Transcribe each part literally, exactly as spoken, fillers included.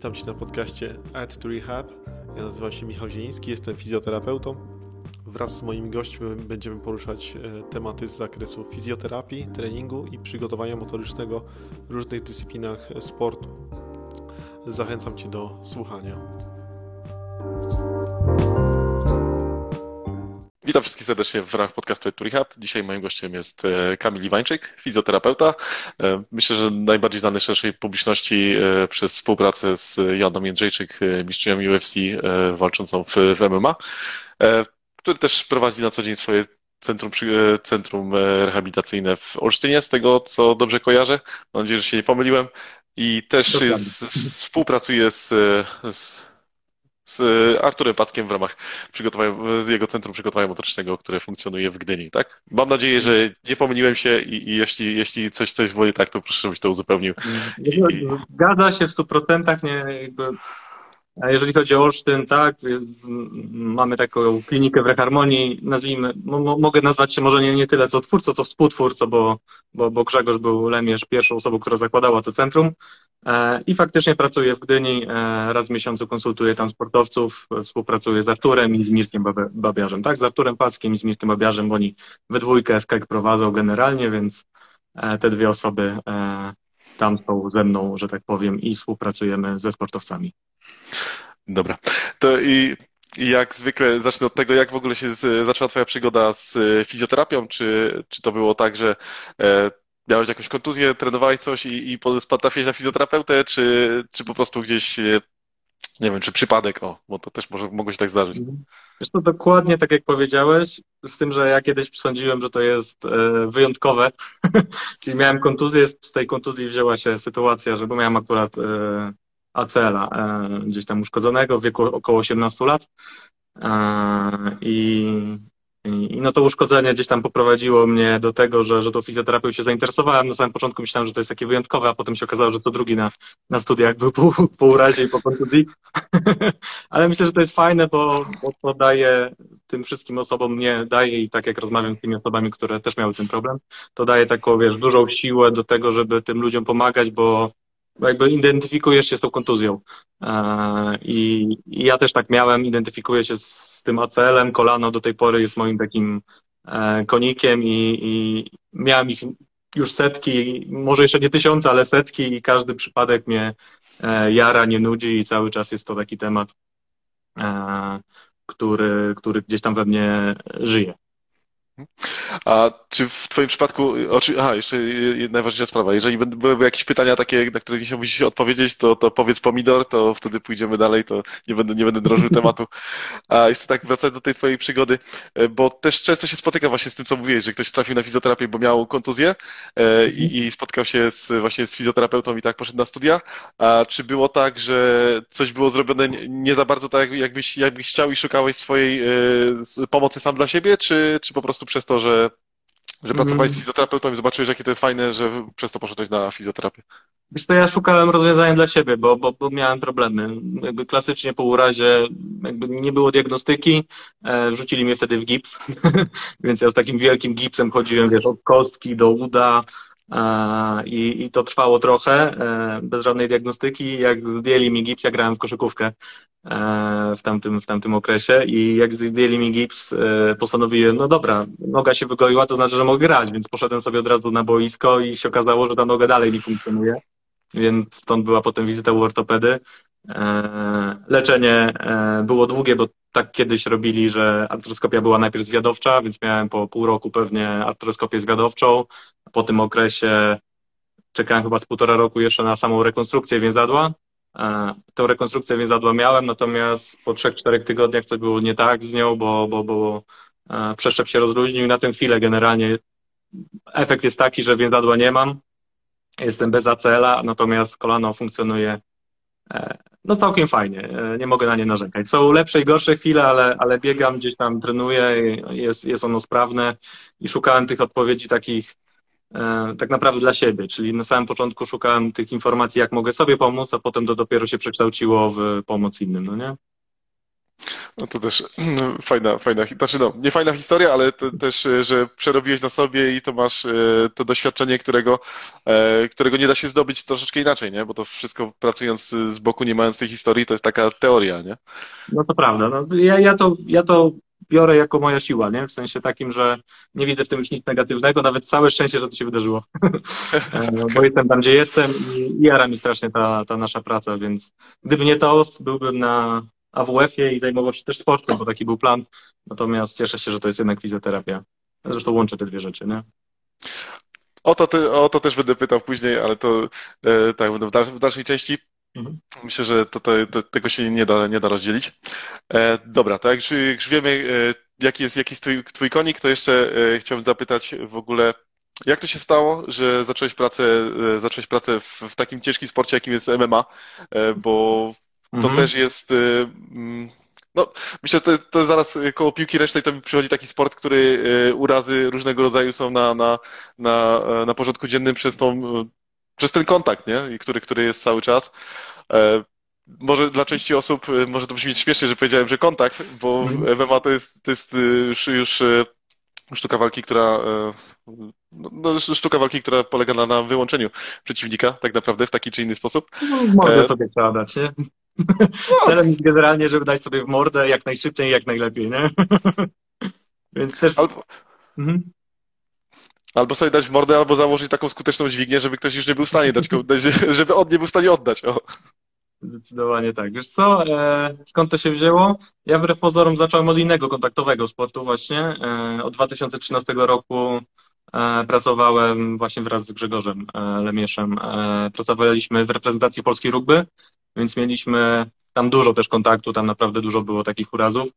Witam Cię na podcaście Add to Rehab. Ja nazywam się Michał Zieliński, jestem fizjoterapeutą. Wraz z moimi gośćmi będziemy poruszać tematy z zakresu fizjoterapii, treningu i przygotowania motorycznego w różnych dyscyplinach sportu. Zachęcam Cię do słuchania. Witam wszystkich serdecznie w ramach podcastu Add to Rehab. Dzisiaj moim gościem jest Kamil Iwańczyk, fizjoterapeuta. Myślę, że najbardziej znany szerszej publiczności przez współpracę z Joanną Jędrzejczyk, mistrzynią U F C walczącą w, w M M A, który też prowadzi na co dzień swoje centrum, centrum rehabilitacyjne w Olsztynie, z tego co dobrze kojarzę. Mam nadzieję, że się nie pomyliłem. I też z, z, współpracuje z, z z Arturem Packiem w ramach przygotowania, jego Centrum Przygotowania Motorycznego, które funkcjonuje w Gdyni, tak? Mam nadzieję, że nie pomyliłem się i, i jeśli, jeśli coś, coś było nie tak, to proszę, żebyś to uzupełnił. I... Zgadza się w stu procentach, nie, jakby, a jeżeli chodzi o Olsztyn, tak, jest, mamy taką klinikę w Rehharmonii, nazwijmy, mo, mogę nazwać się może nie, nie tyle co twórcą, co współtwórcą, bo, bo, bo Grzegorz był Lemierz pierwszą osobą, która zakładała to centrum. I faktycznie pracuję w Gdyni, raz w miesiącu konsultuję tam sportowców, współpracuję z Arturem i z Mirkiem Babiarzem, tak? Z Arturem Packiem i z Mirkiem Babiarzem, bo oni we dwójkę S K E prowadzą generalnie, więc te dwie osoby tam są ze mną, że tak powiem, i współpracujemy ze sportowcami. Dobra, to i, i jak zwykle zacznę od tego, jak w ogóle się z, zaczęła Twoja przygoda z fizjoterapią, czy, czy to było tak, że e, miałeś jakąś kontuzję, trenowałeś coś i, i trafiłeś na fizjoterapeutę, czy, czy po prostu gdzieś, nie wiem, czy przypadek, o, bo to też może mogło się tak zdarzyć. Wiesz, to dokładnie tak jak powiedziałeś, z tym, że ja kiedyś sądziłem, że to jest e, wyjątkowe, czyli miałem kontuzję, z tej kontuzji wzięła się sytuacja, że bo miałem akurat e, A C L-a e, gdzieś tam uszkodzonego w wieku około osiemnastu lat e, i I no to uszkodzenie gdzieś tam poprowadziło mnie do tego, że, że tą fizjoterapią się zainteresowałem. Na samym początku myślałem, że to jest takie wyjątkowe, a potem się okazało, że to drugi na, na studiach był po, po urazie i po kontuzji. Ale myślę, że to jest fajne, bo, bo to daje tym wszystkim osobom, nie daje i tak jak rozmawiam z tymi osobami, które też miały ten problem, to daje taką, wiesz, dużą siłę do tego, żeby tym ludziom pomagać, bo bo jakby identyfikujesz się z tą kontuzją. I, i ja też tak miałem, identyfikuję się z tym A C L-em, kolano do tej pory jest moim takim konikiem i, i miałem ich już setki, może jeszcze nie tysiące, ale setki i każdy przypadek mnie jara, nie nudzi i cały czas jest to taki temat, który, który gdzieś tam we mnie żyje. A czy w Twoim przypadku, aha, jeszcze najważniejsza sprawa, jeżeli byłyby jakieś pytania takie, na które nie chciałbyś odpowiedzieć, to, to powiedz pomidor, to wtedy pójdziemy dalej, to nie będę, nie będę drążył tematu. A jeszcze tak wracając do tej Twojej przygody, bo też często się spotykam właśnie z tym, co mówiłeś, że ktoś trafił na fizjoterapię, bo miał kontuzję i, i spotkał się z, właśnie z fizjoterapeutą i tak poszedł na studia. A czy było tak, że coś było zrobione nie za bardzo tak, jakbyś, jakbyś chciał i szukałeś swojej pomocy sam dla siebie, czy, czy po prostu przez to, że Że pracowałeś z fizjoterapeutą i zobaczyłeś, jakie to jest fajne, że przez to poszedłeś na fizjoterapię? Wiesz co, ja szukałem rozwiązania dla siebie, bo, bo, bo miałem problemy. Jakby klasycznie po urazie jakby nie było diagnostyki, e, wrzucili mnie wtedy w gips, więc ja z takim wielkim gipsem chodziłem, wiesz, od kostki do uda e, i, i to trwało trochę, e, bez żadnej diagnostyki. Jak zdjęli mi gips, ja grałem w koszykówkę e, w tamtym, w tamtym okresie i jak zdjęli mi gips, e, postanowiłem, no dobra, noga się wygoiła, to znaczy, że mogę grać, więc poszedłem sobie od razu na boisko i się okazało, że ta noga dalej nie funkcjonuje. Więc stąd była potem wizyta u ortopedy. Leczenie było długie, bo tak kiedyś robili, że artroskopia była najpierw zwiadowcza, więc miałem po pół roku pewnie artroskopię zwiadowczą. Po tym okresie czekałem chyba z półtora roku jeszcze na samą rekonstrukcję więzadła. Tę rekonstrukcję więzadła miałem, natomiast po trzech, czterech tygodniach coś było nie tak z nią, bo, bo, bo przeszczep się rozluźnił i na tę chwilę generalnie efekt jest taki, że więzadła nie mam. Jestem bez A C L-a, natomiast kolano funkcjonuje no całkiem fajnie. Nie mogę na nie narzekać. Są lepsze i gorsze chwile, ale, ale biegam, gdzieś tam trenuję, jest, jest ono sprawne i szukałem tych odpowiedzi takich tak naprawdę dla siebie, czyli na samym początku szukałem tych informacji, jak mogę sobie pomóc, a potem to dopiero się przekształciło w pomoc innym, no nie? No to też no, fajna, fajna, hi- znaczy no, nie fajna historia, ale to też, e, że przerobiłeś na sobie i to masz e, to doświadczenie, którego, e, którego nie da się zdobyć troszeczkę inaczej, nie? Bo to wszystko pracując z boku, nie mając tej historii, to jest taka teoria, nie? No to prawda. No, ja, ja to, ja to biorę jako moja siła, nie? W sensie takim, że nie widzę w tym już nic negatywnego, nawet całe szczęście, że to się wydarzyło. E, Bo Okej. jestem tam, gdzie jestem i i jara mi strasznie ta, ta nasza praca, więc gdyby nie to, byłbym na A W F-ie i zajmował się też sportem, bo taki był plan. Natomiast cieszę się, że to jest jednak fizjoterapia. Zresztą łączę te dwie rzeczy, nie? O to, ty, o to też będę pytał później, ale to e, tak, będę w, dal, w dalszej części. Mhm. Myślę, że to, to, to, tego się nie da, nie da rozdzielić. E, dobra, to jak już, jak już wiemy, e, jaki jest, jaki jest twój, twój konik, to jeszcze e, chciałbym zapytać w ogóle, jak to się stało, że zacząłeś pracę, e, zacząłeś pracę w, w takim ciężkim sporcie, jakim jest M M A, e, bo to Mhm. też jest, e, mm, no, myślę, że to, to zaraz koło piłki ręcznej to mi przychodzi taki sport, który e, urazy różnego rodzaju są na, na, na, e, na porządku dziennym przez tą, e, przez ten kontakt, nie? I który, który jest cały czas. E, Może dla części osób e, może to brzmieć śmiesznie, że powiedziałem, że kontakt, bo w Mhm. M M A to jest, to jest e, już, już e, sztuka walki, która e, no, no, sztuka walki, która polega na, na wyłączeniu przeciwnika tak naprawdę w taki czy inny sposób. No, mordę E, sobie trzeba dać, nie? No, Celem jest generalnie, żeby dać sobie w mordę jak najszybciej i jak najlepiej, nie? Więc też. albo, Mhm. albo sobie dać w mordę, albo założyć taką skuteczną dźwignię, żeby ktoś już nie był w stanie dać, komu- żeby on nie był w stanie oddać. O. Zdecydowanie tak. Wiesz co, e, skąd to się wzięło? Ja wbrew pozorom zacząłem od innego kontaktowego sportu właśnie. E, od dwa tysiące trzynastego roku e, pracowałem właśnie wraz z Grzegorzem e, Lemieszem. E, pracowaliśmy w reprezentacji polskiej rugby, więc mieliśmy tam dużo też kontaktu, tam naprawdę dużo było takich urazów.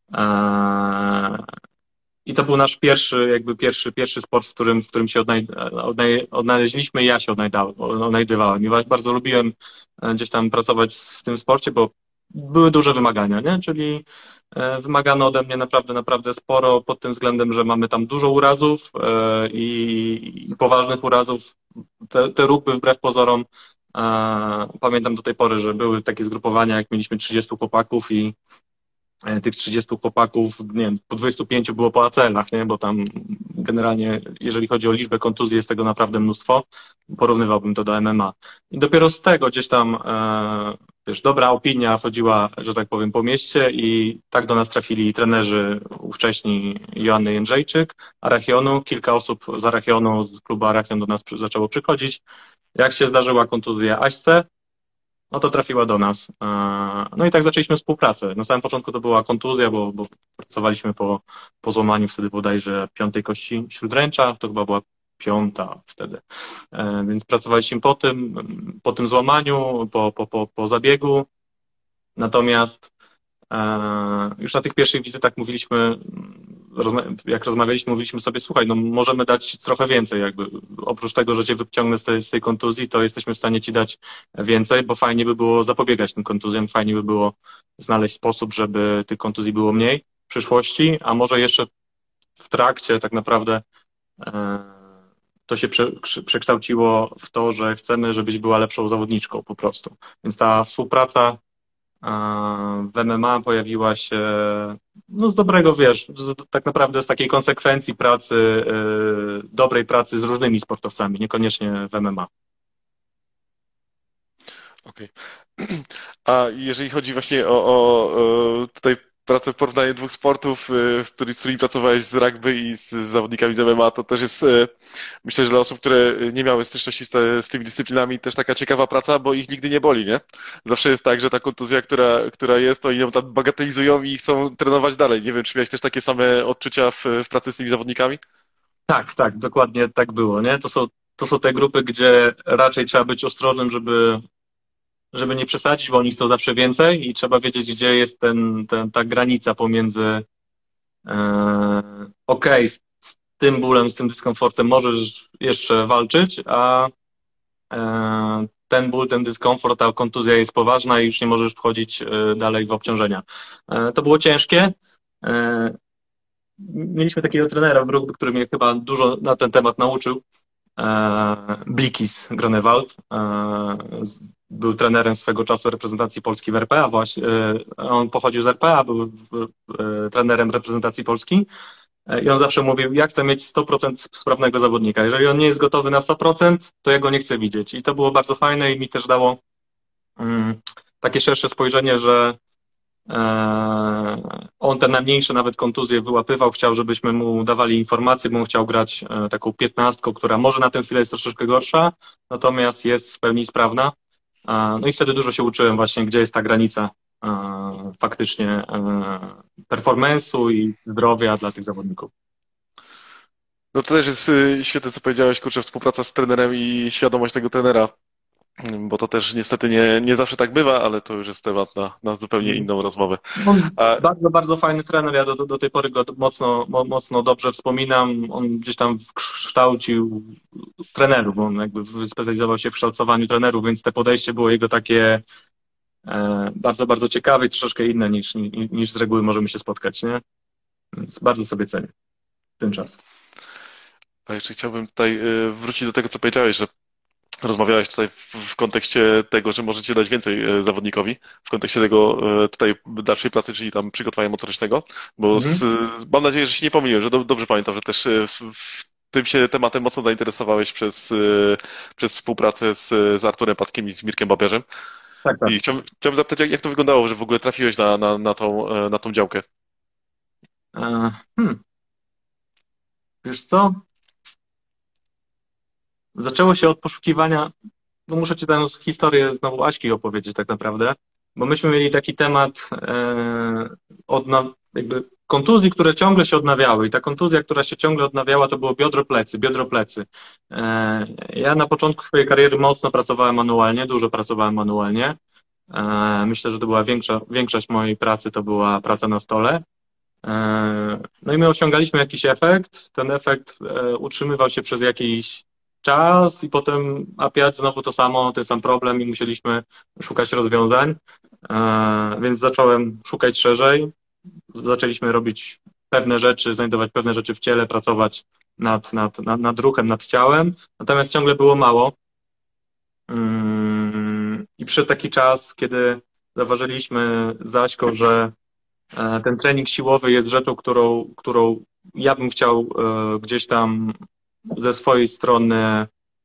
E, I to był nasz pierwszy, jakby pierwszy, pierwszy sport, w którym, w którym się odnaj, odnaj, odnaleźliśmy i ja się odnajdałem, odnajdywałem. I bardzo lubiłem e, gdzieś tam pracować w tym sporcie, bo były duże wymagania, nie? Czyli e, wymagano ode mnie naprawdę, naprawdę sporo pod tym względem, że mamy tam dużo urazów e, i, i poważnych urazów. Te, te rugby wbrew pozorom, e, pamiętam do tej pory, że były takie zgrupowania, jak mieliśmy trzydziestu chłopaków i e, tych trzydziestu chłopaków, nie wiem, po dwudziestu pięciu było po A C L-ach, nie? Bo tam generalnie, jeżeli chodzi o liczbę kontuzji, jest tego naprawdę mnóstwo. Porównywałbym to do M M A. I dopiero z tego gdzieś tam, e, wiesz, dobra opinia chodziła, że tak powiem, po mieście i tak do nas trafili trenerzy ówcześni Joanny Jędrzejczyk, Arachionu. Kilka osób z Arachionu, z klubu Arachion do nas przy, zaczęło przychodzić. Jak się zdarzyła kontuzja Aśce, no to trafiła do nas. E, No i tak zaczęliśmy współpracę. Na samym początku to była kontuzja, bo, bo pracowaliśmy po, po złamaniu wtedy bodajże piątej kości śródręcza, to chyba była piąta wtedy. E, Więc pracowaliśmy po tym, po tym złamaniu, po, po, po, po zabiegu. Natomiast e, już na tych pierwszych wizytach mówiliśmy, rozma- jak rozmawialiśmy, mówiliśmy sobie, słuchaj, no możemy dać ci trochę więcej, jakby oprócz tego, że cię wyciągnę z tej, z tej kontuzji, to jesteśmy w stanie ci dać więcej, bo fajnie by było zapobiegać tym kontuzjom, fajnie by było znaleźć sposób, żeby tych kontuzji było mniej w przyszłości, a może jeszcze w trakcie tak naprawdę e, to się prze, prze- przekształciło w to, że chcemy, żebyś była lepszą zawodniczką po prostu. Więc ta współpraca w M M A pojawiła się no z dobrego, wiesz, z, tak naprawdę z takiej konsekwencji pracy, yy, dobrej pracy z różnymi sportowcami, niekoniecznie w M M A. Okej. A jeżeli chodzi właśnie o, o, o tutaj pracę w porównaniu dwóch sportów, y, z którymi, z którymi pracowałeś z rugby i z, z zawodnikami z M M A, to też jest, y, myślę, że dla osób, które nie miały styczności z, te, z tymi dyscyplinami, też taka ciekawa praca, bo ich nigdy nie boli, nie? Zawsze jest tak, że ta kontuzja, która, która jest, to oni ją tam bagatelizują i chcą trenować dalej. Nie wiem, czy miałeś też takie same odczucia w, w pracy z tymi zawodnikami? Tak, tak, dokładnie tak było, nie? To są, to są te grupy, gdzie raczej trzeba być ostrożnym, żeby, żeby nie przesadzić, bo oni chcą zawsze więcej i trzeba wiedzieć, gdzie jest ten, ten, ta granica pomiędzy e, okej, z, z tym bólem, z tym dyskomfortem możesz jeszcze walczyć, a e, ten ból, ten dyskomfort, ta kontuzja jest poważna i już nie możesz wchodzić e, dalej w obciążenia. E, To było ciężkie. E, Mieliśmy takiego trenera w rugby, który mnie chyba dużo na ten temat nauczył. E, Blikis Gronewald. E, był trenerem swego czasu reprezentacji Polski w R P A właśnie. On pochodził z R P A, był trenerem reprezentacji Polski i on zawsze mówił, ja chcę mieć sto procent sprawnego zawodnika. Jeżeli on nie jest gotowy na sto procent, to ja go nie chcę widzieć. I to było bardzo fajne i mi też dało um, takie szersze spojrzenie, że on te najmniejsze nawet kontuzje wyłapywał, chciał, żebyśmy mu dawali informacje, bo on chciał grać taką piętnastką, która może na tę chwilę jest troszeczkę gorsza, natomiast jest w pełni sprawna. No i wtedy dużo się uczyłem właśnie, gdzie jest ta granica faktycznie performance'u i zdrowia dla tych zawodników. No to też jest y, świetne, co powiedziałeś, kurczę, współpraca z trenerem i świadomość tego trenera, bo to też niestety nie, nie zawsze tak bywa, ale to już jest temat na, na zupełnie inną rozmowę. On A, bardzo, bardzo fajny trener, ja do, do, do tej pory go mocno, mo, mocno dobrze wspominam. On gdzieś tam kształcił trenerów, bo on jakby wyspecjalizował się w kształcowaniu trenerów, więc te podejście było jego takie e, bardzo, bardzo ciekawe i troszeczkę inne niż, niż, niż z reguły możemy się spotkać, nie? Więc bardzo sobie cenię ten czas. a jeszcze chciałbym tutaj y, wrócić do tego, co powiedziałeś, że rozmawiałeś tutaj w, w kontekście tego, że możecie dać więcej e, zawodnikowi, w kontekście tego e, tutaj dalszej pracy, czyli tam przygotowania motorycznego, bo z, Mhm. mam nadzieję, że się nie pomyliłem, że do, dobrze pamiętam, że też e, w, w tym się tematem mocno zainteresowałeś przez, e, przez współpracę z, z Arturem Packiem i z Mirkiem Babiarzem. Tak, tak. I chciałbym, chciałbym zapytać, jak, jak to wyglądało, że w ogóle trafiłeś na, na, na tą, e, na tą działkę? E, hmm. Wiesz co? Zaczęło się od poszukiwania, no muszę ci tę historię znowu Aśki opowiedzieć tak naprawdę, bo myśmy mieli taki temat e, odna, jakby kontuzji, które ciągle się odnawiały i ta kontuzja, która się ciągle odnawiała, to było biodro plecy, biodro plecy. E, ja na początku swojej kariery mocno pracowałem manualnie, dużo pracowałem manualnie. E, myślę, że to była większa, większość mojej pracy to była praca na stole. E, no i my osiągaliśmy jakiś efekt, ten efekt e, utrzymywał się przez jakiś czas i potem opiać znowu to samo, ten sam problem i musieliśmy szukać rozwiązań, E, więc zacząłem szukać szerzej, zaczęliśmy robić pewne rzeczy, znajdować pewne rzeczy w ciele, pracować nad, nad, nad, nad ruchem, nad ciałem, natomiast ciągle było mało. Mm, I przyszedł taki czas, kiedy zauważyliśmy z Aśką, że e, ten trening siłowy jest rzeczą, którą, którą ja bym chciał e, gdzieś tam ze swojej strony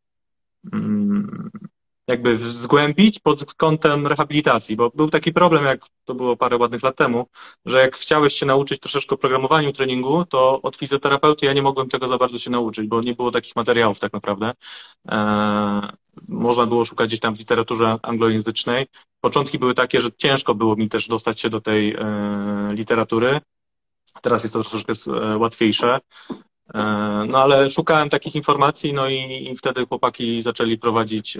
mm, jakby zgłębić pod kątem rehabilitacji, bo był taki problem, jak to było parę ładnych lat temu, że jak chciałeś się nauczyć troszeczkę o programowaniu treningu, to od fizjoterapeuty ja nie mogłem tego za bardzo się nauczyć, bo nie było takich materiałów tak naprawdę. Eee, można było szukać gdzieś tam w literaturze anglojęzycznej. Początki były takie, że ciężko było mi też dostać się do tej e, literatury. Teraz jest to troszeczkę e, łatwiejsze. E, No ale szukałem takich informacji, no i, i wtedy chłopaki zaczęli prowadzić e,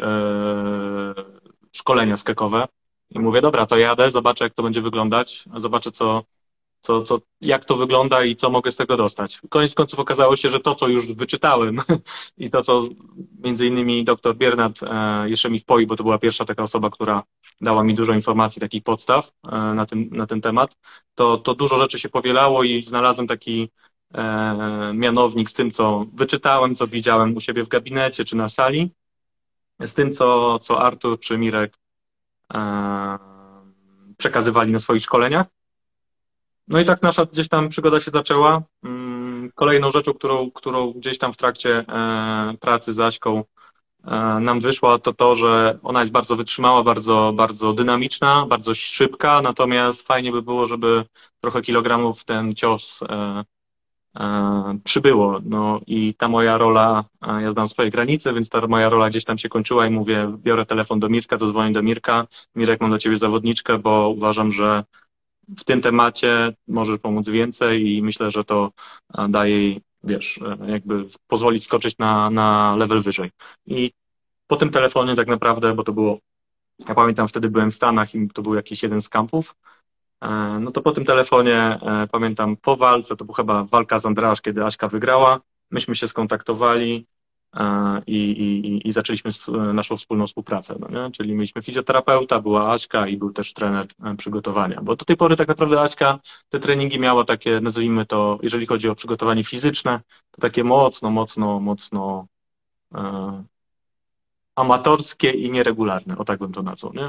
szkolenia skakowe. I mówię, dobra, to jadę, zobaczę, jak to będzie wyglądać, zobaczę, co, co, co, jak to wygląda i co mogę z tego dostać. Koniec końców okazało się, że to, co już wyczytałem i to, co między innymi doktor Biernat e, jeszcze mi wpoi, bo to była pierwsza taka osoba, która dała mi dużo informacji, takich podstaw e, na, tym, na ten temat, to, to dużo rzeczy się powielało i znalazłem taki e, mianownik z tym, co wyczytałem, co widziałem u siebie w gabinecie czy na sali, z tym, co, co Artur czy Mirek e, przekazywali na swoich szkoleniach. No i tak nasza gdzieś tam przygoda się zaczęła. Mm, Kolejną rzeczą, którą, którą gdzieś tam w trakcie e, pracy z Aśką e, nam wyszła, to to, że ona jest bardzo wytrzymała, bardzo, bardzo dynamiczna, bardzo szybka, natomiast fajnie by było, żeby trochę kilogramów w ten cios e, e, przybyło. No i ta moja rola, e, ja znam swoje granice, więc ta moja rola gdzieś tam się kończyła i mówię, biorę telefon do Mirka, zadzwonię do Mirka. Mirek, mam dla ciebie zawodniczkę, bo uważam, że w tym temacie możesz pomóc więcej i myślę, że to daje jej, wiesz, jakby pozwolić skoczyć na, na level wyżej. I po tym telefonie tak naprawdę, bo to było, ja pamiętam, wtedy byłem w Stanach i to był jakiś jeden z kampów, no to po tym telefonie, pamiętam, po walce, to była chyba walka z Andrasz, kiedy Aśka wygrała, myśmy się skontaktowali i, i, i zaczęliśmy naszą wspólną współpracę. No nie? Czyli mieliśmy fizjoterapeuta, była Aśka i był też trener przygotowania. Bo do tej pory tak naprawdę Aśka te treningi miała takie, nazwijmy to, jeżeli chodzi o przygotowanie fizyczne, to takie mocno, mocno, mocno amatorskie i nieregularne, o tak bym to nazwał, nie?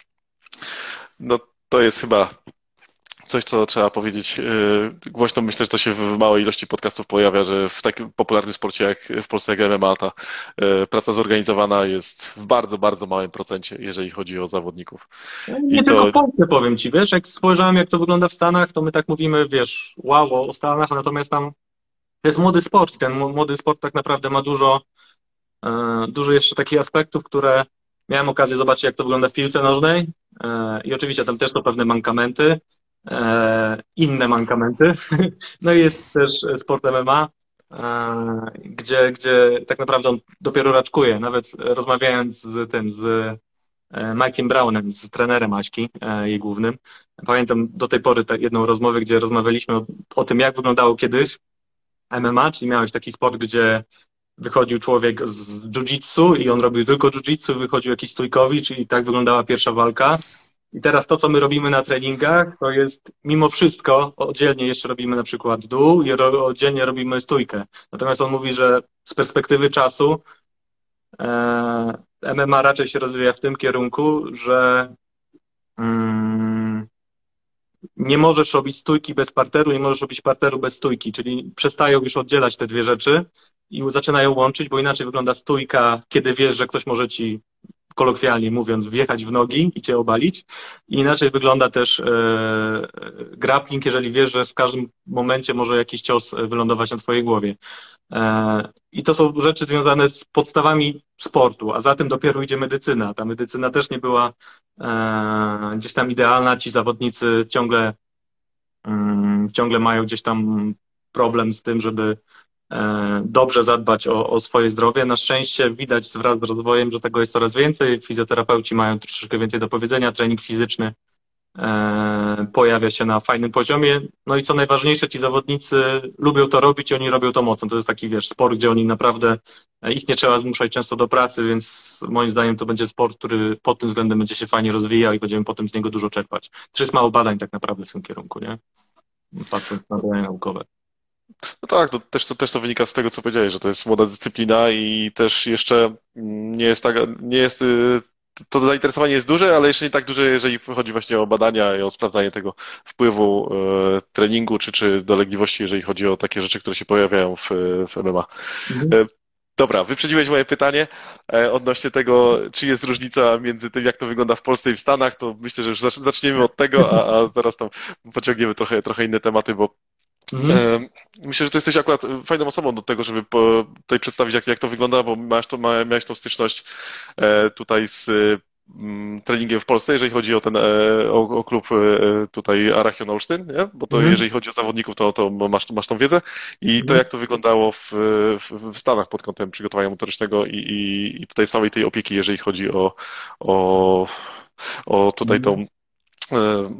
No to jest chyba coś, co trzeba powiedzieć yy, głośno. Myślę, że to się w małej ilości podcastów pojawia, że w takim popularnym sporcie jak w Polsce jak M M A ta yy, praca zorganizowana jest w bardzo, bardzo małym procencie, jeżeli chodzi o zawodników. No, I nie tylko to w Polsce, powiem ci, wiesz, jak spojrzałem, jak to wygląda w Stanach, to my tak mówimy, wiesz, wow, o Stanach, natomiast tam to jest młody sport i ten młody sport tak naprawdę ma dużo, e, dużo jeszcze takich aspektów, które miałem okazję zobaczyć, jak to wygląda w piłce nożnej e, i oczywiście tam też są pewne mankamenty, e, inne mankamenty. No i jest też sport M M A, e, gdzie, gdzie tak naprawdę on dopiero raczkuje. Nawet rozmawiając z tym, z e, Mike'iem Brownem, z trenerem Aśki, e, jej głównym, pamiętam do tej pory ta, jedną rozmowę, gdzie rozmawialiśmy o, o tym, jak wyglądało kiedyś M M A, czyli miałeś taki sport, gdzie wychodził człowiek z jiu-jitsu i on robił tylko jiu-jitsu, wychodził jakiś stójkowicz i tak wyglądała pierwsza walka. I teraz to, co my robimy na treningach, to jest mimo wszystko, oddzielnie jeszcze robimy na przykład dół i ro, oddzielnie robimy stójkę. Natomiast on mówi, że z perspektywy czasu e, M M A raczej się rozwija w tym kierunku, że mm, nie możesz robić stójki bez parteru, nie możesz robić parteru bez stójki, czyli przestają już oddzielać te dwie rzeczy i zaczynają łączyć, bo inaczej wygląda stójka, kiedy wiesz, że ktoś może ci, kolokwialnie mówiąc, wjechać w nogi i cię obalić. I inaczej wygląda też e, grappling, jeżeli wiesz, że w każdym momencie może jakiś cios wylądować na twojej głowie. E, I to są rzeczy związane z podstawami sportu, a za tym dopiero idzie medycyna. Ta medycyna też nie była e, gdzieś tam idealna. Ci zawodnicy ciągle, mm, ciągle mają gdzieś tam problem z tym, żeby e, dobrze zadbać o, o swoje zdrowie. Na szczęście widać wraz z rozwojem, że tego jest coraz więcej. Fizjoterapeuci mają troszeczkę więcej do powiedzenia. Trening fizyczny e, pojawia się na fajnym poziomie. No i co najważniejsze, ci zawodnicy lubią to robić i oni robią to mocno. To jest taki, wiesz, sport, gdzie oni naprawdę, e, ich nie trzeba zmuszać często do pracy, więc moim zdaniem to będzie sport, który pod tym względem będzie się fajnie rozwijał i będziemy potem z niego dużo czerpać. Też jest mało badań tak naprawdę w tym kierunku, nie? Patrząc na badania naukowe. no tak, to też, to też to wynika z tego, co powiedziałeś, że to jest młoda dyscyplina i też jeszcze mm, nie jest tak, nie jest, y, to zainteresowanie jest duże, ale jeszcze nie tak duże, jeżeli chodzi właśnie o badania i o sprawdzanie tego wpływu e, treningu czy, czy dolegliwości, jeżeli chodzi o takie rzeczy, które się pojawiają w, w M M A. Mhm. E, Dobra, wyprzedziłeś moje pytanie e, odnośnie tego, czy jest różnica między tym, jak to wygląda w Polsce i w Stanach, to myślę, że już zacz- zaczniemy od tego, a, a zaraz tam pociągniemy trochę, trochę inne tematy, bo Mhm. E, myślę, że to jesteś akurat fajną osobą do tego, żeby po, tutaj przedstawić, jak, jak to wygląda, bo masz to, ma, miałeś tą styczność e, tutaj z mm, treningiem w Polsce, jeżeli chodzi o ten e, o, o klub e, tutaj Arachion Olsztyn, nie? Bo to Mhm. jeżeli chodzi o zawodników, to, to masz, masz tą wiedzę i to, Mhm. jak to wyglądało w, w, w Stanach pod kątem przygotowania motorycznego i, i, i tutaj całej tej opieki, jeżeli chodzi o, o, o tutaj Mhm. tą e,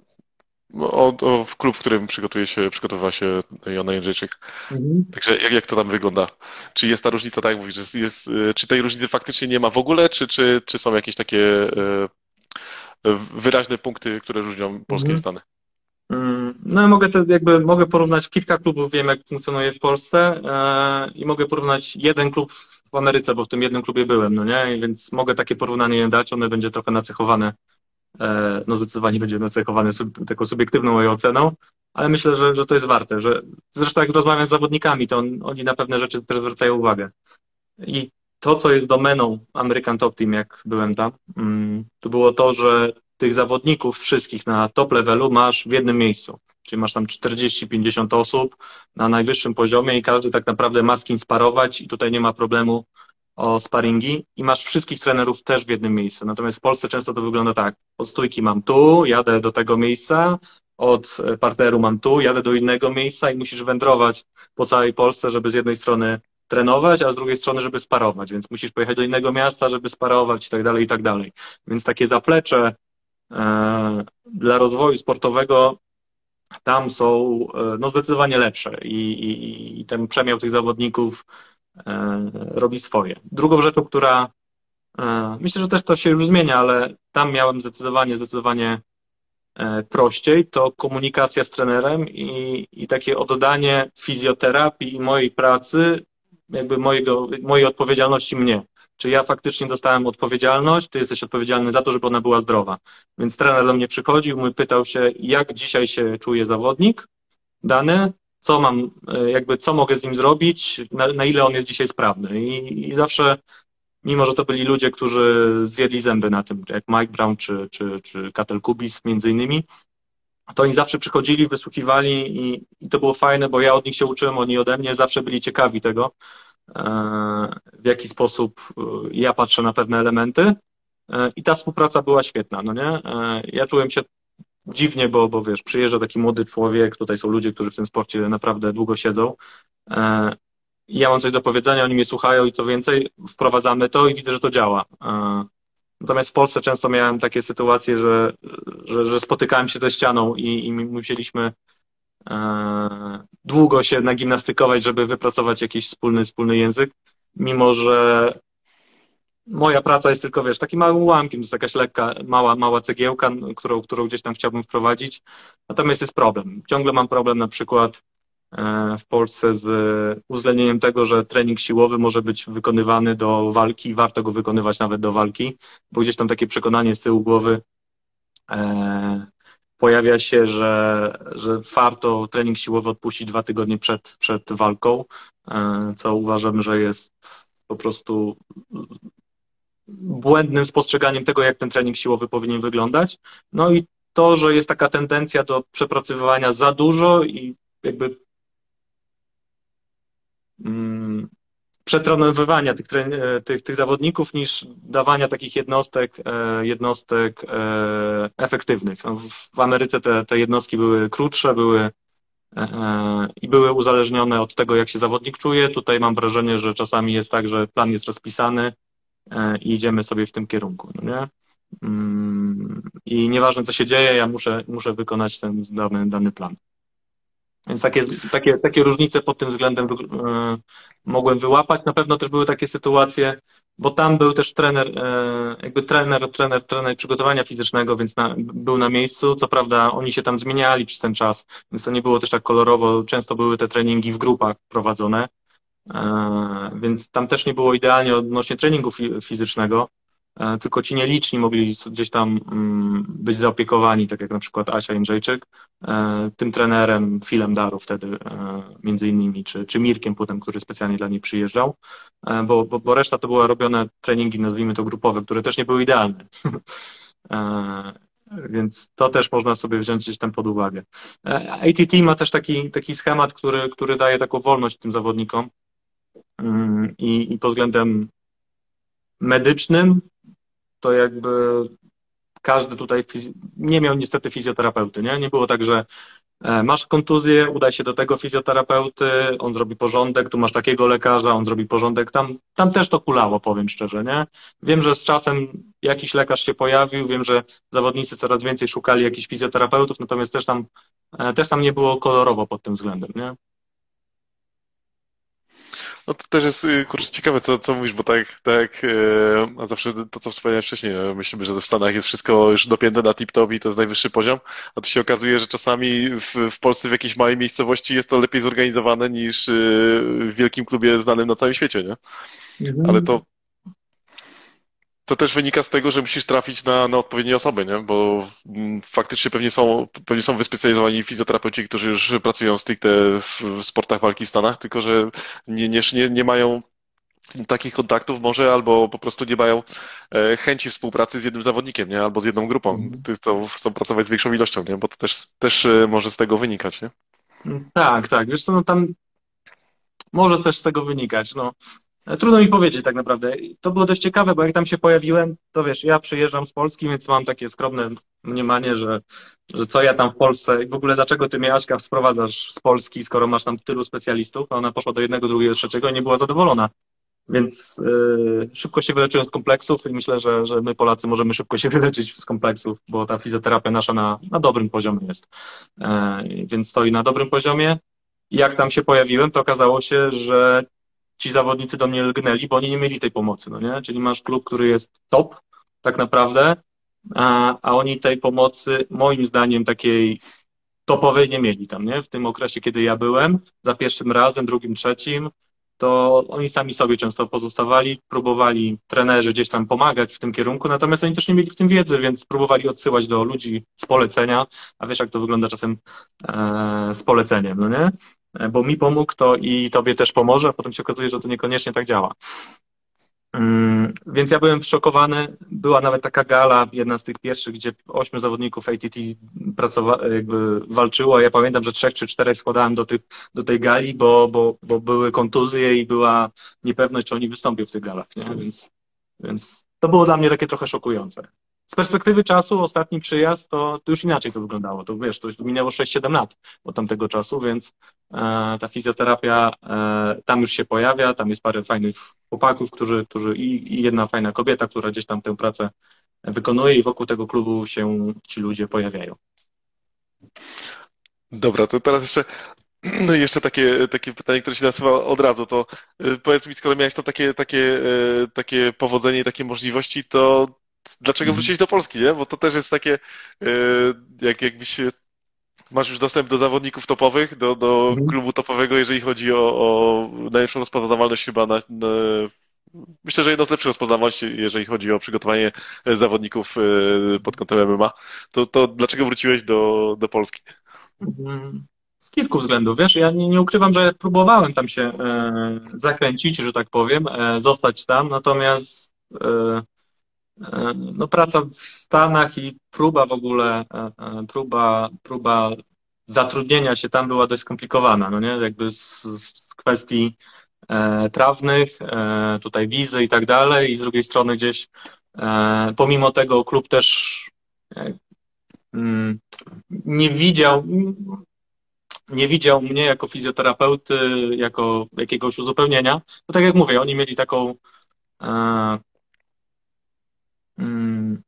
o, o, w klub, w którym przygotuje się, przygotowywa się Joanna Jędrzejczyk. Mhm. Także jak, jak to tam wygląda? Czy jest ta różnica, tak jak mówisz, jest, jest, y, czy tej różnicy faktycznie nie ma w ogóle, czy, czy, czy są jakieś takie y, y, wyraźne punkty, które różnią Polskę i Mhm. Stany? Mm, No ja mogę to jakby mogę porównać kilka klubów, wiem jak funkcjonuje w Polsce e, i mogę porównać jeden klub w Ameryce, bo w tym jednym klubie byłem, no nie? I więc mogę takie porównanie dać, one będzie trochę nacechowane, e, no zdecydowanie będzie nacechowane sub, taką subiektywną moją oceną, ale myślę, że, że to jest warte, że zresztą jak rozmawiam z zawodnikami, to on, oni na pewne rzeczy też zwracają uwagę. I to, co jest domeną American Top Team, jak byłem tam, mm, to było to, że tych zawodników wszystkich na top levelu masz w jednym miejscu. Czyli masz tam czterdzieści pięćdziesiąt osób na najwyższym poziomie i każdy tak naprawdę ma z kim sparować i tutaj nie ma problemu o sparingi i masz wszystkich trenerów też w jednym miejscu. Natomiast w Polsce często to wygląda tak. Od stójki mam tu, jadę do tego miejsca, od parteru mam tu, jadę do innego miejsca i musisz wędrować po całej Polsce, żeby z jednej strony trenować, a z drugiej strony, żeby sparować, więc musisz pojechać do innego miasta, żeby sparować i tak dalej, i tak dalej. Więc takie zaplecze e, dla rozwoju sportowego tam są e, no, zdecydowanie lepsze i, i, i ten przemiał tych zawodników e, robi swoje. Drugą rzeczą, która e, myślę, że też to się już zmienia, ale tam miałem zdecydowanie, zdecydowanie e, prościej, to komunikacja z trenerem i, i takie oddanie fizjoterapii i mojej pracy jakby mojego, mojej odpowiedzialności mnie. Czy ja faktycznie dostałem odpowiedzialność, ty jesteś odpowiedzialny za to, żeby ona była zdrowa. Więc trener do mnie przychodził, mój pytał się, jak dzisiaj się czuje zawodnik dany, co mam, jakby co mogę z nim zrobić, na, na ile on jest dzisiaj sprawny. I, i zawsze, mimo że to byli ludzie, którzy zjedli zęby na tym, jak Mike Brown czy, czy, czy Katel Kubis między innymi, to oni zawsze przychodzili, wysłuchiwali i, i to było fajne, bo ja od nich się uczyłem, oni ode mnie, zawsze byli ciekawi tego, w jaki sposób ja patrzę na pewne elementy i ta współpraca była świetna, no nie? Ja czułem się dziwnie, bo, bo wiesz, przyjeżdża taki młody człowiek, tutaj są ludzie, którzy w tym sporcie naprawdę długo siedzą i ja mam coś do powiedzenia, oni mnie słuchają i co więcej, wprowadzamy to i widzę, że to działa. Natomiast w Polsce często miałem takie sytuacje, że, że, że spotykałem się ze ścianą i, i musieliśmy e, długo się nagimnastykować, żeby wypracować jakiś wspólny, wspólny język, mimo że moja praca jest tylko, wiesz, takim małym ułamkiem, to jest jakaś lekka, mała, mała cegiełka, którą, którą gdzieś tam chciałbym wprowadzić. Natomiast jest problem. Ciągle mam problem na przykład w Polsce z uwzględnieniem tego, że trening siłowy może być wykonywany do walki, warto go wykonywać nawet do walki, bo gdzieś tam takie przekonanie z tyłu głowy e, pojawia się, że, że warto trening siłowy odpuścić dwa tygodnie przed, przed walką, e, co uważam, że jest po prostu błędnym spostrzeganiem tego, jak ten trening siłowy powinien wyglądać. No i to, że jest taka tendencja do przepracowywania za dużo i jakby przetrenowywania tych, tych, tych zawodników niż dawania takich jednostek, jednostek efektywnych. No, w Ameryce te, te jednostki były krótsze, były i były uzależnione od tego, jak się zawodnik czuje. Tutaj mam wrażenie, że czasami jest tak, że plan jest rozpisany i idziemy sobie w tym kierunku. No nie? I nieważne, co się dzieje, ja muszę, muszę wykonać ten dany, dany plan. Więc takie, takie, takie różnice pod tym względem y, mogłem wyłapać. Na pewno też były takie sytuacje, bo tam był też trener, y, jakby trener, trener, trener przygotowania fizycznego, więc na, był na miejscu. Co prawda oni się tam zmieniali przez ten czas, więc to nie było też tak kolorowo. Często były te treningi w grupach prowadzone, y, więc tam też nie było idealnie odnośnie treningu fi fizycznego. Tylko ci nieliczni mogli gdzieś tam być zaopiekowani, tak jak na przykład Asia Jędrzejczyk, tym trenerem, Filem Daru wtedy między innymi, czy, czy Mirkiem potem, który specjalnie dla niej przyjeżdżał, bo, bo, bo reszta to były robione treningi, nazwijmy to grupowe, które też nie były idealne. Więc to też można sobie wziąć gdzieś tam pod uwagę. A T T ma też taki, taki schemat, który, który daje taką wolność tym zawodnikom i, i pod względem medycznym to jakby każdy tutaj nie miał niestety fizjoterapeuty, nie? Nie było tak, że masz kontuzję, udaj się do tego fizjoterapeuty, on zrobi porządek, tu masz takiego lekarza, on zrobi porządek. Tam, tam też to kulało, powiem szczerze, nie? Wiem, że z czasem jakiś lekarz się pojawił, wiem, że zawodnicy coraz więcej szukali jakichś fizjoterapeutów, natomiast też tam, też tam nie było kolorowo pod tym względem, nie? No to też jest, kurczę, ciekawe, co, co mówisz, bo tak, tak, a zawsze to, co wspomniałem wcześniej, myślimy, że w Stanach jest wszystko już dopięte na tip-top i to jest najwyższy poziom, a tu się okazuje, że czasami w, w Polsce w jakiejś małej miejscowości jest to lepiej zorganizowane niż w wielkim klubie znanym na całym świecie, nie? Ale to To też wynika z tego, że musisz trafić na, na odpowiednie osoby, nie? Bo faktycznie pewnie są, pewnie są wyspecjalizowani fizjoterapeuci, którzy już pracują stricte w, w sportach walki w Stanach, tylko że nie, nie, nie mają takich kontaktów może, albo po prostu nie mają chęci współpracy z jednym zawodnikiem, nie? Albo z jedną grupą, tych, co chcą pracować z większą ilością, nie? Bo to też, też może z tego wynikać, nie? Tak, tak. Wiesz co, no tam może też z tego wynikać, no. Trudno mi powiedzieć tak naprawdę. To było dość ciekawe, bo jak tam się pojawiłem, to wiesz, ja przyjeżdżam z Polski, więc mam takie skromne mniemanie, że, że co ja tam w Polsce, w ogóle dlaczego ty mnie, Aśka, sprowadzasz z Polski, skoro masz tam tylu specjalistów, a ona poszła do jednego, drugiego, trzeciego i nie była zadowolona. Więc yy, szybko się wyleczyłem z kompleksów i myślę, że, że my Polacy możemy szybko się wyleczyć z kompleksów, bo ta fizjoterapia nasza na, na dobrym poziomie jest. Yy, więc stoi na dobrym poziomie. I jak tam się pojawiłem, to okazało się, że ci zawodnicy do mnie lgnęli, bo oni nie mieli tej pomocy, no nie? Czyli masz klub, który jest top, tak naprawdę, a, a oni tej pomocy, moim zdaniem, takiej topowej nie mieli tam, nie? W tym okresie, kiedy ja byłem, za pierwszym razem, drugim, trzecim, to oni sami sobie często pozostawali, próbowali trenerzy gdzieś tam pomagać w tym kierunku, natomiast oni też nie mieli w tym wiedzy, więc próbowali odsyłać do ludzi z polecenia, a wiesz, jak to wygląda czasem e, z poleceniem, no nie? E, Bo mi pomógł, to i tobie też pomoże, a potem się okazuje, że to niekoniecznie tak działa. Mm, Więc ja byłem szokowany. Była nawet taka gala, jedna z tych pierwszych, gdzie ośmiu zawodników A T T pracowa- jakby walczyło. Ja pamiętam, że trzech czy czterech składałem do, tych, do tej gali, bo, bo, bo były kontuzje i była niepewność, czy oni wystąpią w tych galach, nie? Więc, więc to było dla mnie takie trochę szokujące. Z perspektywy czasu, ostatni przyjazd, to, to już inaczej to wyglądało. To wiesz, to już minęło sześć siedem lat od tamtego czasu, więc e, ta fizjoterapia e, tam już się pojawia, tam jest parę fajnych chłopaków, którzy, którzy i, i jedna fajna kobieta, która gdzieś tam tę pracę wykonuje i wokół tego klubu się ci ludzie pojawiają. Dobra, to teraz jeszcze, no i jeszcze takie, takie pytanie, które się nasuwa od razu, to y, powiedz mi, skoro miałeś tam takie, takie, y, takie powodzenie i takie możliwości, to dlaczego Mhm. wróciłeś do Polski, nie? Bo to też jest takie, y, jak jakbyś się- masz już dostęp do zawodników topowych, do, do Mhm. klubu topowego, jeżeli chodzi o, o najlepszą rozpoznawalność chyba na, na myślę, że jedną z lepszych rozpoznawalności, jeżeli chodzi o przygotowanie zawodników y, pod kątem M M A, to, to dlaczego wróciłeś do, do Polski? Mhm. Z kilku względów, wiesz, ja nie, nie ukrywam, że próbowałem tam się e, zakręcić, że tak powiem, e, zostać tam, natomiast e, E, No, praca w Stanach i próba w ogóle, e, e, próba, próba zatrudnienia się tam była dość skomplikowana, no nie? Jakby z, z kwestii e, prawnych, e, tutaj wizy i tak dalej, i z drugiej strony gdzieś e, pomimo tego klub też e, mm, nie widział, nie widział mnie jako fizjoterapeuty, jako jakiegoś uzupełnienia. To tak jak mówię, oni mieli taką e, mm,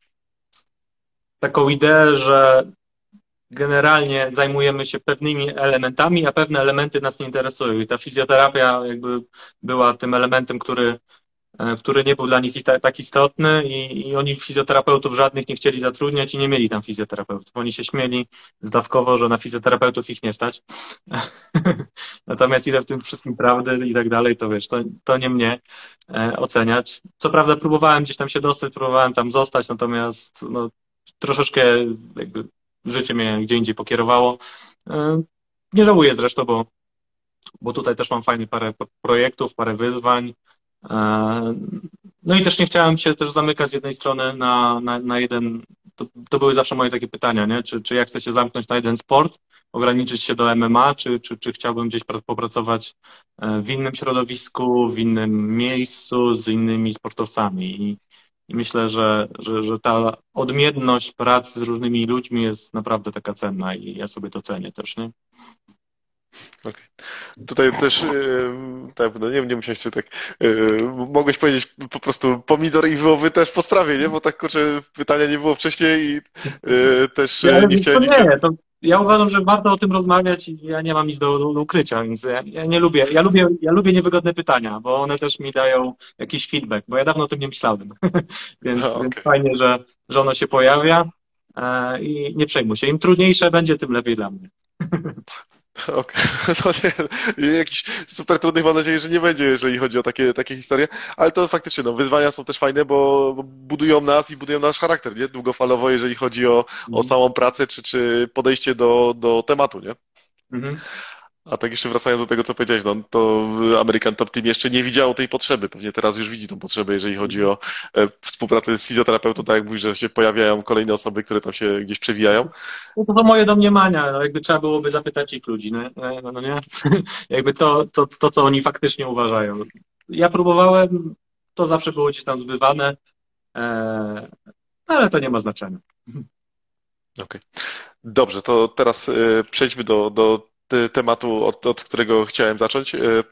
taką ideę, że generalnie zajmujemy się pewnymi elementami, a pewne elementy nas nie interesują. I ta fizjoterapia jakby była tym elementem, który, e, który nie był dla nich ta- tak istotny i, i oni fizjoterapeutów żadnych nie chcieli zatrudniać i nie mieli tam fizjoterapeutów. Oni się śmieli zdawkowo, że na fizjoterapeutów ich nie stać. Natomiast ile w tym wszystkim prawdy i tak dalej, to wiesz, to, to nie mnie e, oceniać. Co prawda próbowałem gdzieś tam się dostać, próbowałem tam zostać, natomiast no, troszeczkę jakby życie mnie gdzie indziej pokierowało. E, Nie żałuję zresztą, bo, bo tutaj też mam fajnie parę projektów, parę wyzwań. E, No i też nie chciałem się też zamykać z jednej strony na, na, na jeden. To, to były zawsze moje takie pytania, nie? Czy, czy ja chcę się zamknąć na jeden sport, ograniczyć się do M M A, czy, czy, czy chciałbym gdzieś pra- popracować e, w innym środowisku, w innym miejscu, z innymi sportowcami. I, i myślę, że, że, że ta odmienność pracy z różnymi ludźmi jest naprawdę taka cenna i ja sobie to cenię też, nie? Okej. Tutaj też, e, tak, no nie wiem, nie musiałeś się tak, e, mogłeś powiedzieć po prostu pomidor i wołowy też po sprawie, nie? Bo tak, kurczę, pytania nie było wcześniej i e, też Ja, e, ale nie wiesz co, chciałem, nie chciałem. nie, to ja uważam, że warto o tym rozmawiać i ja nie mam nic do, do, do ukrycia, więc ja, ja nie lubię, ja lubię, ja lubię niewygodne pytania, bo one też mi dają jakiś feedback, bo ja dawno o tym nie myślałem, Aha, więc, więc okej. fajnie, że, że ono się pojawia e, i nie przejmuj się. Im trudniejsze będzie, tym lepiej dla mnie. Okej. No nie, jakichś super trudnych mam nadzieję, że nie będzie, jeżeli chodzi o takie, takie historie, ale to faktycznie, no, wyzwania są też fajne, bo bo budują nas i budują nasz charakter, nie? Długofalowo, jeżeli chodzi o, o Mhm. samą pracę, czy, czy podejście do, do tematu, nie? Mhm. A tak jeszcze wracając do tego, co powiedziałeś, no to American Top Team jeszcze nie widziało tej potrzeby. Pewnie teraz już widzi tą potrzebę, jeżeli chodzi o e, współpracę z fizjoterapeutą, tak jak mówisz, że się pojawiają kolejne osoby, które tam się gdzieś przewijają. No to są moje domniemania, no jakby trzeba byłoby zapytać ich ludzi, no, no, no nie? Jakby to, to, to, co oni faktycznie uważają. Ja próbowałem, to zawsze było gdzieś tam zbywane, e, ale to nie ma znaczenia. Okej. Dobrze, to teraz e, przejdźmy do, do te- tematu, od, od którego chciałem zacząć. E,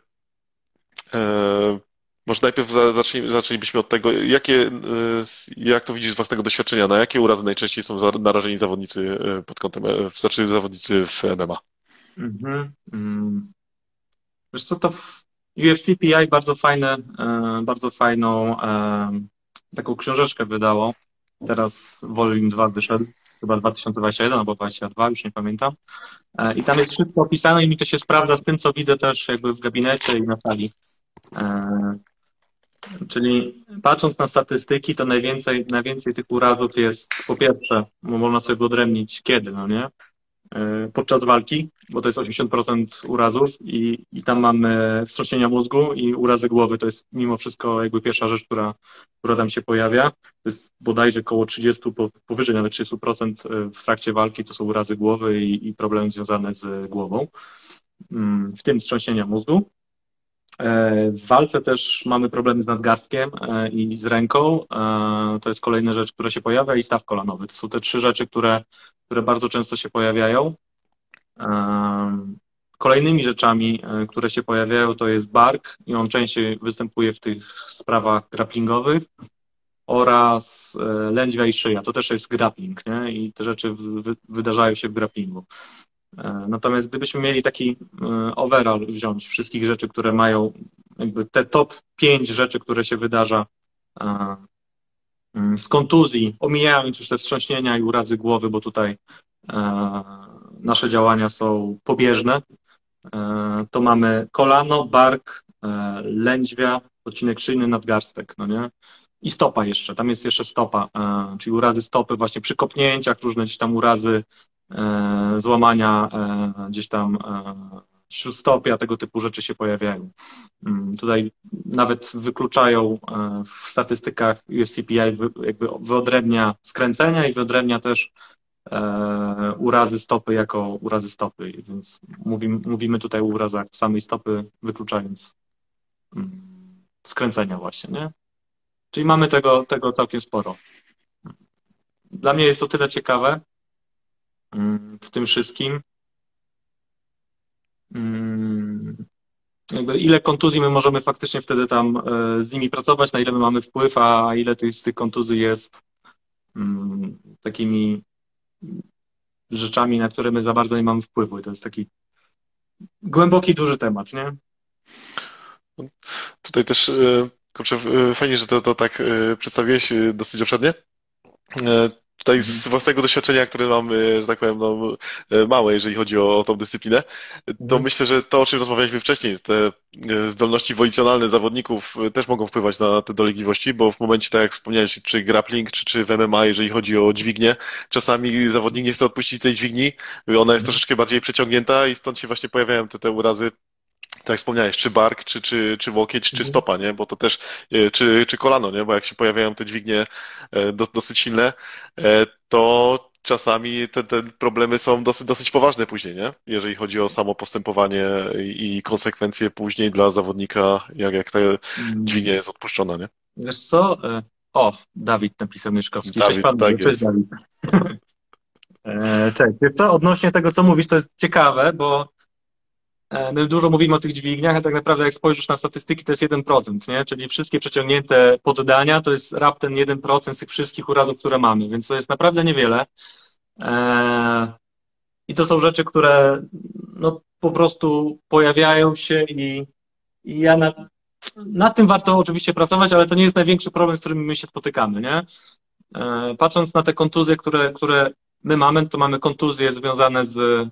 e, Może najpierw za- zacznij, zaczęlibyśmy od tego, jakie, e, jak to widzisz z własnego doświadczenia, na jakie urazy najczęściej są za- narażeni zawodnicy e, pod kątem, e, znaczy zawodnicy w M M A? Mhm. Mm. Wiesz co, to w U F C P I bardzo fajne, e, bardzo fajną e, taką książeczkę wydało. Teraz Volume dwa wyszedł, chyba dwa tysiące dwudziesty pierwszy albo dwudziesty drugi, już nie pamiętam. E, I tam jest wszystko opisane i mi to się sprawdza z tym, co widzę też jakby w gabinecie i na sali. Czyli patrząc na statystyki, to najwięcej, najwięcej tych urazów jest po pierwsze, bo można sobie wyodrębnić kiedy, no nie? Podczas walki, bo to jest osiemdziesiąt procent urazów i, i tam mamy wstrząsienia mózgu i urazy głowy. To jest mimo wszystko jakby pierwsza rzecz, która, która tam się pojawia. To jest bodajże około trzydzieści, powyżej nawet trzydzieści procent w trakcie walki to są urazy głowy i, i problemy związane z głową, w tym wstrząsienia mózgu. W walce też mamy problemy z nadgarstkiem i z ręką. To jest kolejna rzecz, która się pojawia i staw kolanowy. To są te trzy rzeczy, które, które bardzo często się pojawiają. Kolejnymi rzeczami, które się pojawiają, to jest bark i on częściej występuje w tych sprawach grapplingowych oraz lędźwia i szyja. To też jest grappling, nie? I te rzeczy wy, wydarzają się w grapplingu. Natomiast gdybyśmy mieli taki overall wziąć wszystkich rzeczy, które mają jakby te top pięć rzeczy, które się wydarza z kontuzji, omijając już te wstrząśnienia i urazy głowy, bo tutaj nasze działania są pobieżne, to mamy kolano, bark, lędźwia, odcinek szyjny, nadgarstek, no nie? I stopa jeszcze, tam jest jeszcze stopa, czyli urazy stopy właśnie przy kopnięciach, różne gdzieś tam urazy złamania gdzieś tam śródstopia, tego typu rzeczy się pojawiają. Tutaj nawet wykluczają w statystykach U F C P I jakby wyodrębnia skręcenia i wyodrębnia też urazy stopy jako urazy stopy, więc mówimy, mówimy tutaj o urazach samej stopy, wykluczając skręcenia właśnie, nie? Czyli mamy tego, tego całkiem sporo. Dla mnie jest to tyle ciekawe w tym wszystkim. Jakby ile kontuzji my możemy faktycznie wtedy tam z nimi pracować, na ile my mamy wpływ, a ile tych, z tych kontuzji jest takimi rzeczami, na które my za bardzo nie mamy wpływu. I to jest taki głęboki, duży temat, nie? Tutaj też, kurczę, fajnie, że to, to tak przedstawiłeś dosyć obszernie. Tutaj z własnego doświadczenia, które mam, że tak powiem, no, małe, jeżeli chodzi o, o tą dyscyplinę, to Mhm. myślę, że to, o czym rozmawialiśmy wcześniej, te zdolności wolicjonalne zawodników też mogą wpływać na te dolegliwości, bo w momencie, tak jak wspomniałeś, czy grappling, czy, czy w M M A, jeżeli chodzi o dźwignię, czasami zawodnik nie chce odpuścić tej dźwigni, ona jest troszeczkę bardziej przeciągnięta i stąd się właśnie pojawiają te, te urazy. Tak jak wspomniałeś, czy bark, czy, czy, czy łokieć, czy stopa, nie? Bo to też, czy, czy kolano, nie? Bo jak się pojawiają te dźwignie do, dosyć silne, to czasami te, te problemy są dosyć, dosyć poważne później, nie? Jeżeli chodzi o samo postępowanie i, i konsekwencje później dla zawodnika, jak, jak ta dźwignia jest odpuszczona, nie? Wiesz co? O, Dawid napisał Mieszkowski. Cześć Dawid, panu, tak cześć jest. Dawid. Cześć. Wiesz co? Odnośnie tego, co mówisz, to jest ciekawe, bo my dużo mówimy o tych dźwigniach, a tak naprawdę jak spojrzysz na statystyki, to jest jeden procent, nie? Czyli wszystkie przeciągnięte poddania to jest raptem jeden procent z tych wszystkich urazów, które mamy, więc to jest naprawdę niewiele. I to są rzeczy, które no, po prostu pojawiają się i, i ja nad, nad tym warto oczywiście pracować, ale to nie jest największy problem, z którym my się spotykamy, nie? Patrząc na te kontuzje, które, które my mamy, to mamy kontuzje związane z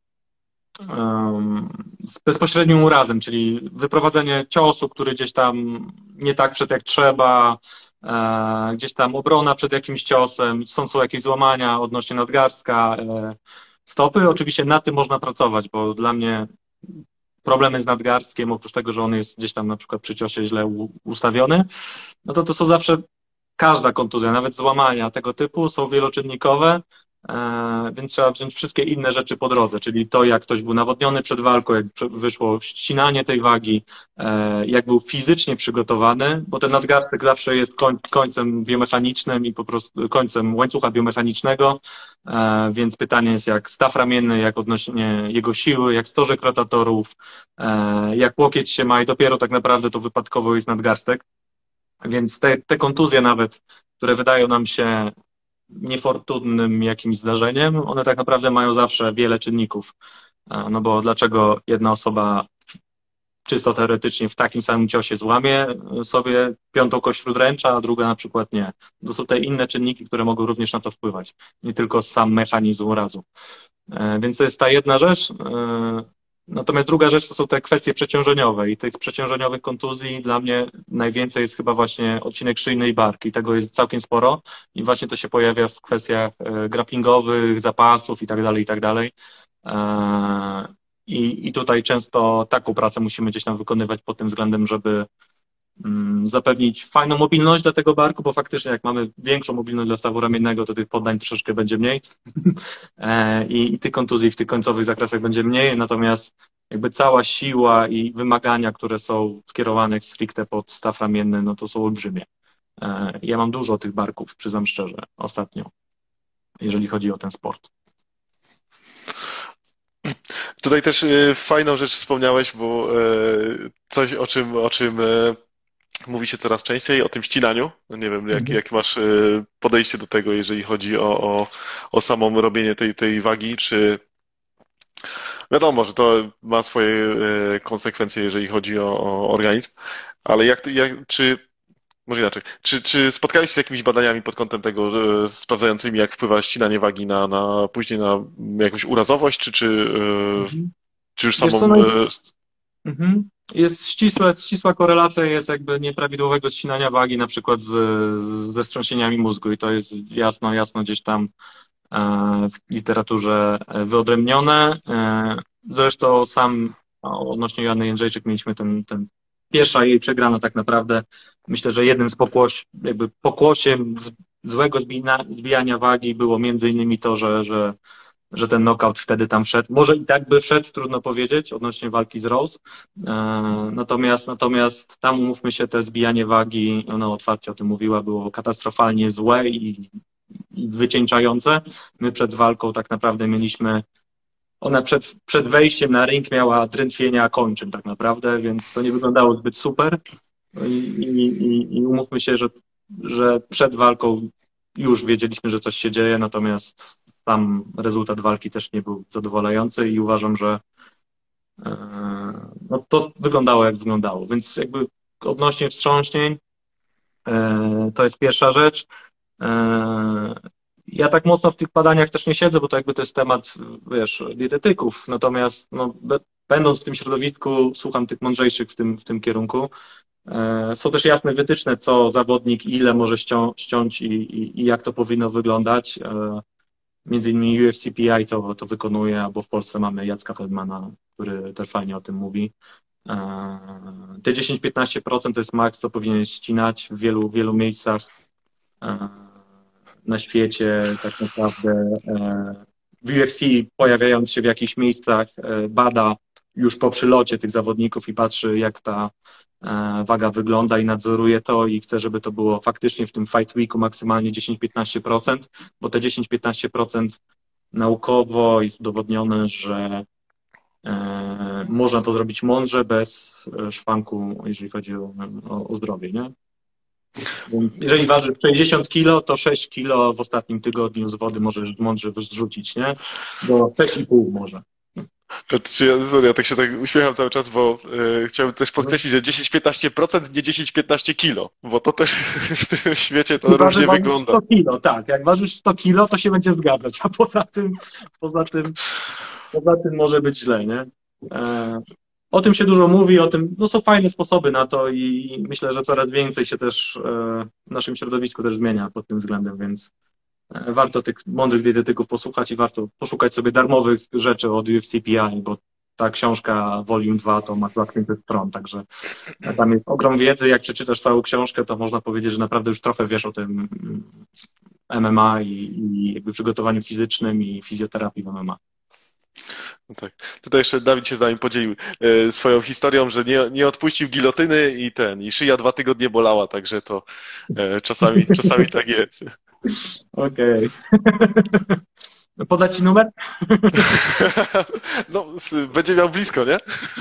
z bezpośrednim urazem, czyli wyprowadzenie ciosu, który gdzieś tam nie tak wszedł jak trzeba, gdzieś tam obrona przed jakimś ciosem, są, są jakieś złamania odnośnie nadgarstka, stopy. Oczywiście na tym można pracować, bo dla mnie problemy z nadgarstkiem, oprócz tego, że on jest gdzieś tam na przykład przy ciosie źle ustawiony, no to to są zawsze każda kontuzja, nawet złamania tego typu są wieloczynnikowe, więc trzeba wziąć wszystkie inne rzeczy po drodze, czyli to, jak ktoś był nawodniony przed walką, jak wyszło ścinanie tej wagi, jak był fizycznie przygotowany, bo ten nadgarstek zawsze jest koń, końcem biomechanicznym i po prostu końcem łańcucha biomechanicznego, więc pytanie jest, jak staw ramienny, jak odnośnie jego siły, jak stożek rotatorów, jak łokieć się ma i dopiero tak naprawdę to wypadkowo jest nadgarstek. Więc te, te kontuzje nawet, które wydają nam się niefortunnym jakimś zdarzeniem, one tak naprawdę mają zawsze wiele czynników. No bo dlaczego jedna osoba czysto teoretycznie w takim samym ciosie złamie sobie piątą kość śródręcza, a druga na przykład nie. To są te inne czynniki, które mogą również na to wpływać, nie tylko sam mechanizm urazu. Więc to jest ta jedna rzecz. Natomiast druga rzecz to są te kwestie przeciążeniowe i tych przeciążeniowych kontuzji dla mnie najwięcej jest chyba właśnie odcinek szyjny i barki. Tego jest całkiem sporo i właśnie to się pojawia w kwestiach e, grapplingowych, zapasów i tak dalej, i tak dalej. E, I, I tutaj często taką pracę musimy gdzieś tam wykonywać pod tym względem, żeby mm, zapewnić fajną mobilność dla tego barku, bo faktycznie jak mamy większą mobilność dla stawu ramiennego, to tych poddań troszeczkę będzie mniej e, i, i tych kontuzji w tych końcowych zakresach będzie mniej, natomiast jakby cała siła i wymagania, które są skierowane stricte pod staw ramienny, no to są olbrzymie. E, ja mam dużo tych barków, przyznam szczerze, ostatnio, jeżeli chodzi o ten sport. Tutaj też e, fajną rzecz wspomniałeś, bo e, coś o czym, o czym e, mówi się coraz częściej, o tym ścinaniu. No nie wiem, jak, Mhm. jak masz e, podejście do tego, jeżeli chodzi o, o, o samo robienie tej, tej wagi, czy wiadomo, że to ma swoje e, konsekwencje, jeżeli chodzi o, o organizm, ale jak, to- jak czy może inaczej. Czy, czy spotkałeś się z jakimiś badaniami pod kątem tego, e, sprawdzającymi, jak wpływa ścinanie wagi na, na później na jakąś urazowość, czy, czy, e, Mhm. czy już Wiesz samą. co, naj... e, mhm. Jest ścisła, ścisła korelacja jest jakby nieprawidłowego ścinania wagi na przykład z, z, ze wstrząsieniami mózgu i to jest jasno, jasno gdzieś tam e, w literaturze e, wyodrębnione. E, Zresztą sam o, odnośnie Joanny Jędrzejczyk mieliśmy ten, ten pierwsza jej przegrana tak naprawdę. Myślę, że jednym z pokłoś, jakby pokłosiem z- złego zbina, zbijania wagi było między innymi to, że, że, że ten knockout wtedy tam wszedł. Może i tak by wszedł, trudno powiedzieć, odnośnie walki z Rose. E, Natomiast, natomiast tam umówmy się, te zbijanie wagi, ona otwarcie o tym mówiła, było katastrofalnie złe i i wycieńczające. My przed walką tak naprawdę mieliśmy, ona przed, przed wejściem na ring miała drętwienia kończyn tak naprawdę, więc to nie wyglądało zbyt super. I, i, i, i umówmy się, że, że przed walką już wiedzieliśmy, że coś się dzieje, natomiast sam rezultat walki też nie był zadowalający i uważam, że e, no, to wyglądało jak wyglądało. Więc jakby odnośnie wstrząśnień, e, to jest pierwsza rzecz. E, Ja tak mocno w tych badaniach też nie siedzę, bo to jakby to jest temat, wiesz, dietetyków. Natomiast no, be- będąc w tym środowisku, słucham tych mądrzejszych w tym, w tym kierunku. E, Są też jasne wytyczne, co zawodnik, ile może ścią, ściąć i, i, i jak to powinno wyglądać. E, Między innymi U F C P I to, to wykonuje, albo w Polsce mamy Jacka Feldmana, który też fajnie o tym mówi. E, Te dziesięć do piętnastu procent to jest maks, co powinien ścinać w wielu, wielu miejscach e, na świecie. Tak naprawdę e, w U F C pojawiając się w jakichś miejscach e, bada już po przylocie tych zawodników i patrzy, jak ta e, waga wygląda i nadzoruje to i chce, żeby to było faktycznie w tym fight weeku maksymalnie dziesięć do piętnastu procent, bo te dziesięć do piętnastu procent naukowo jest udowodnione, że e, można to zrobić mądrze, bez e, szwanku, jeżeli chodzi o, o, o zdrowie, nie? Więc jeżeli ważysz sześćdziesiąt kilo, to sześć kilo w ostatnim tygodniu z wody możesz mądrze zrzucić, nie? Do sześć i pół może. Czy ja, sorry, ja tak się tak uśmiecham cały czas, bo e, chciałbym też No. podkreślić, że dziesięć do piętnastu procent, nie dziesięć do piętnastu kilo, bo to też w tym świecie to Chyba, że różnie ważysz wygląda. sto kilo, tak. Jak ważysz sto kilo, to się będzie zgadzać, a poza tym, poza tym, poza tym może być źle, nie? E, o tym się dużo mówi, o tym, no są fajne sposoby na to i myślę, że coraz więcej się też e, w naszym środowisku też zmienia pod tym względem, więc E, warto tych mądrych dietetyków posłuchać i warto poszukać sobie darmowych rzeczy od U F C P I, bo ta książka Volume dwa to ma dwa tysiące stron, także tam jest ogrom wiedzy. Jak przeczytasz całą książkę, to można powiedzieć, że naprawdę już trochę wiesz o tym mm, M M A i, i jakby przygotowaniu fizycznym i fizjoterapii w M M A. No tak. Tutaj jeszcze Dawid się z nami podzielił e, swoją historią, że nie, nie odpuścił gilotyny i ten, i szyja dwa tygodnie bolała, także to e, czasami, czasami tak jest. Okej. Podać ci numer? No, s- będzie miał blisko, nie?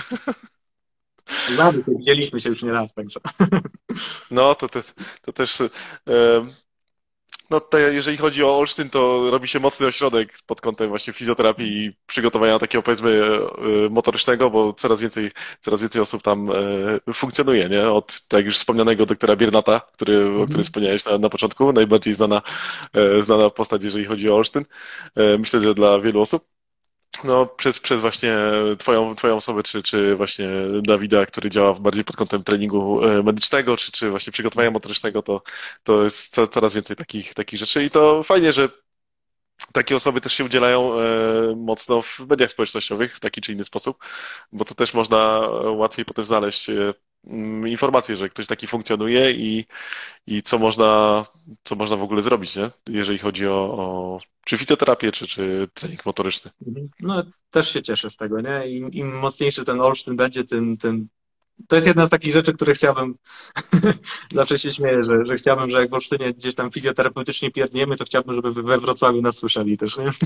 Znamy się, widzieliśmy się już nie raz, także. No, to, to, to też. E, no, tutaj, jeżeli chodzi o Olsztyn, to robi się mocny ośrodek pod kątem właśnie fizjoterapii i przygotowania takiego, powiedzmy, e, motorycznego, bo coraz więcej, coraz więcej osób tam e, funkcjonuje, nie? Od, tak jak już wspomnianego doktora Biernata, który, o którym Mhm. wspomniałeś na, na początku, najbardziej znana, e, znana postać, jeżeli chodzi o Olsztyn. E, Myślę, że dla wielu osób. No, przez, przez właśnie twoją, twoją osobę, czy, czy właśnie Dawida, który działa bardziej pod kątem treningu e, medycznego, czy, czy właśnie przygotowania motorycznego, to, to jest co, coraz więcej takich, takich rzeczy i to fajnie, że takie osoby też się udzielają e, mocno w mediach społecznościowych w taki czy inny sposób, bo to też można e, łatwiej potem znaleźć e, mm, informacje, że ktoś taki funkcjonuje i, i co można, co można w ogóle zrobić, nie? Jeżeli chodzi o, o czy fizjoterapię, czy, czy trening motoryczny. Mhm. No, też się cieszę z tego, nie? Im, im mocniejszy ten Olsztyn będzie, tym, tym... To jest jedna z takich rzeczy, które chciałbym, zawsze się śmieję, że, że chciałbym, że jak w Olsztynie gdzieś tam fizjoterapeutycznie pierdniemy, to chciałbym, żeby we Wrocławiu nas słyszeli też, nie?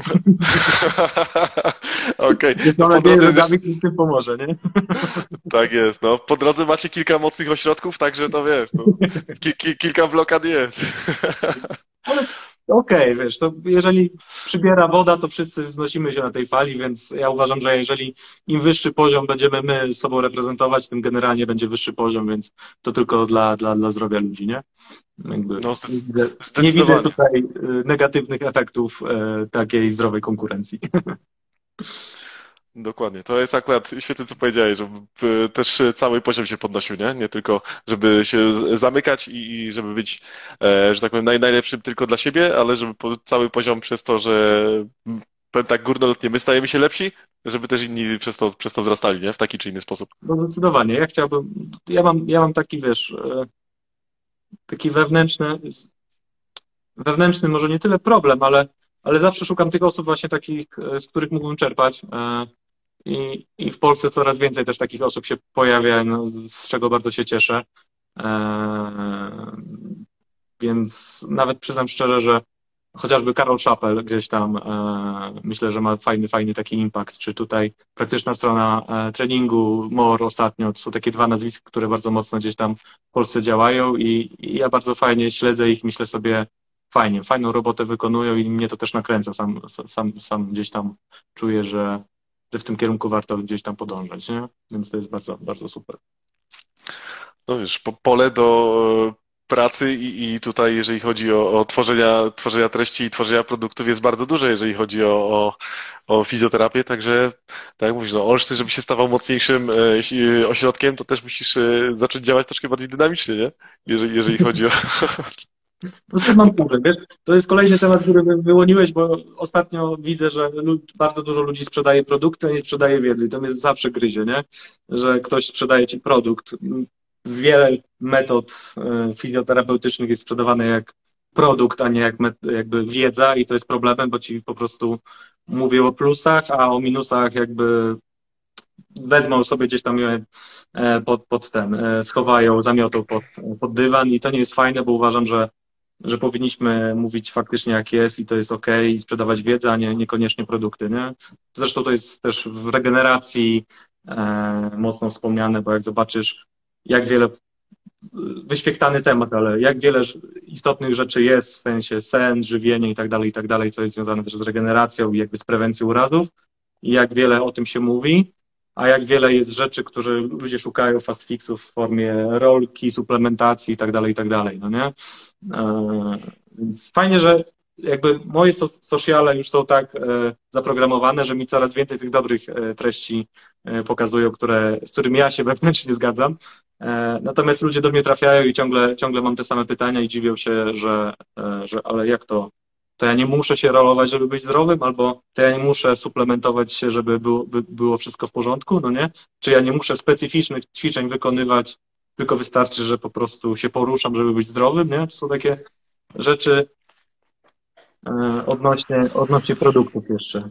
Okej, Więc to mam po nadzieję, drodze że też, Dawid mi w tym pomoże, nie? tak jest, no, po drodze macie kilka mocnych ośrodków, także to wiesz, no, ki, ki, kilka blokad jest. Ale okej, wiesz, to jeżeli przybiera woda, to wszyscy wznosimy się na tej fali, więc ja uważam, że jeżeli im wyższy poziom będziemy my sobą reprezentować, tym generalnie będzie wyższy poziom, więc to tylko dla, dla, dla zdrowia ludzi, nie? Jakby No, nie zdec- widzę, nie widzę zdecydowanie. tutaj y, negatywnych efektów e, takiej zdrowej konkurencji. Dokładnie. To jest akurat świetne, co powiedziałeś, żeby y, też cały poziom się podnosił, nie? Nie tylko, żeby się z- zamykać i, i żeby być, e, że tak powiem, naj, najlepszym tylko dla siebie, ale żeby po, cały poziom przez to, że mm, powiem tak górnolotnie, my stajemy się lepsi, żeby też inni przez to, przez to wzrastali, nie? W taki czy inny sposób. No zdecydowanie. Ja chciałbym, ja mam, ja mam taki, wiesz, e, taki wewnętrzny, wewnętrzny może nie tyle problem, ale, ale zawsze szukam tych osób właśnie takich, e, z których mógłbym czerpać. E, I, I w Polsce coraz więcej też takich osób się pojawia, no, z czego bardzo się cieszę. E, więc nawet przyznam szczerze, że chociażby Karol Szapel gdzieś tam e, myślę, że ma fajny, fajny taki impact. Czy tutaj praktyczna strona e, treningu, MOR ostatnio, to są takie dwa nazwiska, które bardzo mocno gdzieś tam w Polsce działają i, i ja bardzo fajnie śledzę ich, myślę sobie, fajnie, fajną robotę wykonują i mnie to też nakręca. Sam, sam, sam gdzieś tam czuję, że że w tym kierunku warto gdzieś tam podążać, nie? Więc to jest bardzo, bardzo super. No wiesz, po, pole do e, pracy i, i tutaj, jeżeli chodzi o, o tworzenia, tworzenia treści i tworzenia produktów, jest bardzo duże, jeżeli chodzi o, o, o fizjoterapię, także tak jak mówisz, no Olsztyn, żeby się stawał mocniejszym e, si- ośrodkiem, to też musisz e, zacząć działać troszkę bardziej dynamicznie, nie? Jeżeli, jeżeli chodzi o... No z tym mam problem, wiesz? To jest kolejny temat, który wy- wyłoniłeś, bo ostatnio widzę, że lu- bardzo dużo ludzi sprzedaje produkty, a nie sprzedaje wiedzy. I to mnie zawsze gryzie, nie? Że ktoś sprzedaje ci produkt. Wiele metod e, fizjoterapeutycznych jest sprzedawane jak produkt, a nie jak met- jakby wiedza i to jest problemem, bo ci po prostu mówię o plusach, a o minusach jakby wezmą sobie gdzieś tam je e, pod, pod ten, e, schowają, zamiotą pod, pod dywan i to nie jest fajne, bo uważam, że że powinniśmy mówić faktycznie jak jest i to jest ok, i sprzedawać wiedzę, a nie, niekoniecznie produkty, nie? Zresztą to jest też w regeneracji e, mocno wspomniane, bo jak zobaczysz, jak wiele, wyświechtany temat, ale jak wiele istotnych rzeczy jest, w sensie sen, żywienie i tak dalej, i tak dalej, co jest związane też z regeneracją i jakby z prewencją urazów i jak wiele o tym się mówi, a jak wiele jest rzeczy, które ludzie szukają fast fixów w formie rolki, suplementacji i tak dalej, i tak dalej, no nie? E, Więc fajnie, że jakby moje so- sociale już są tak e, zaprogramowane, że mi coraz więcej tych dobrych e, treści e, pokazują, które, z którymi ja się wewnętrznie zgadzam. E, Natomiast ludzie do mnie trafiają i ciągle, ciągle mam te same pytania i dziwią się, że, e, że ale jak to? To ja nie muszę się rolować, żeby być zdrowym, albo to ja nie muszę suplementować się, żeby było, by było wszystko w porządku, no nie? Czy ja nie muszę specyficznych ćwiczeń wykonywać, tylko wystarczy, że po prostu się poruszam, żeby być zdrowym, nie? To są takie rzeczy e, odnośnie, odnośnie produktów jeszcze.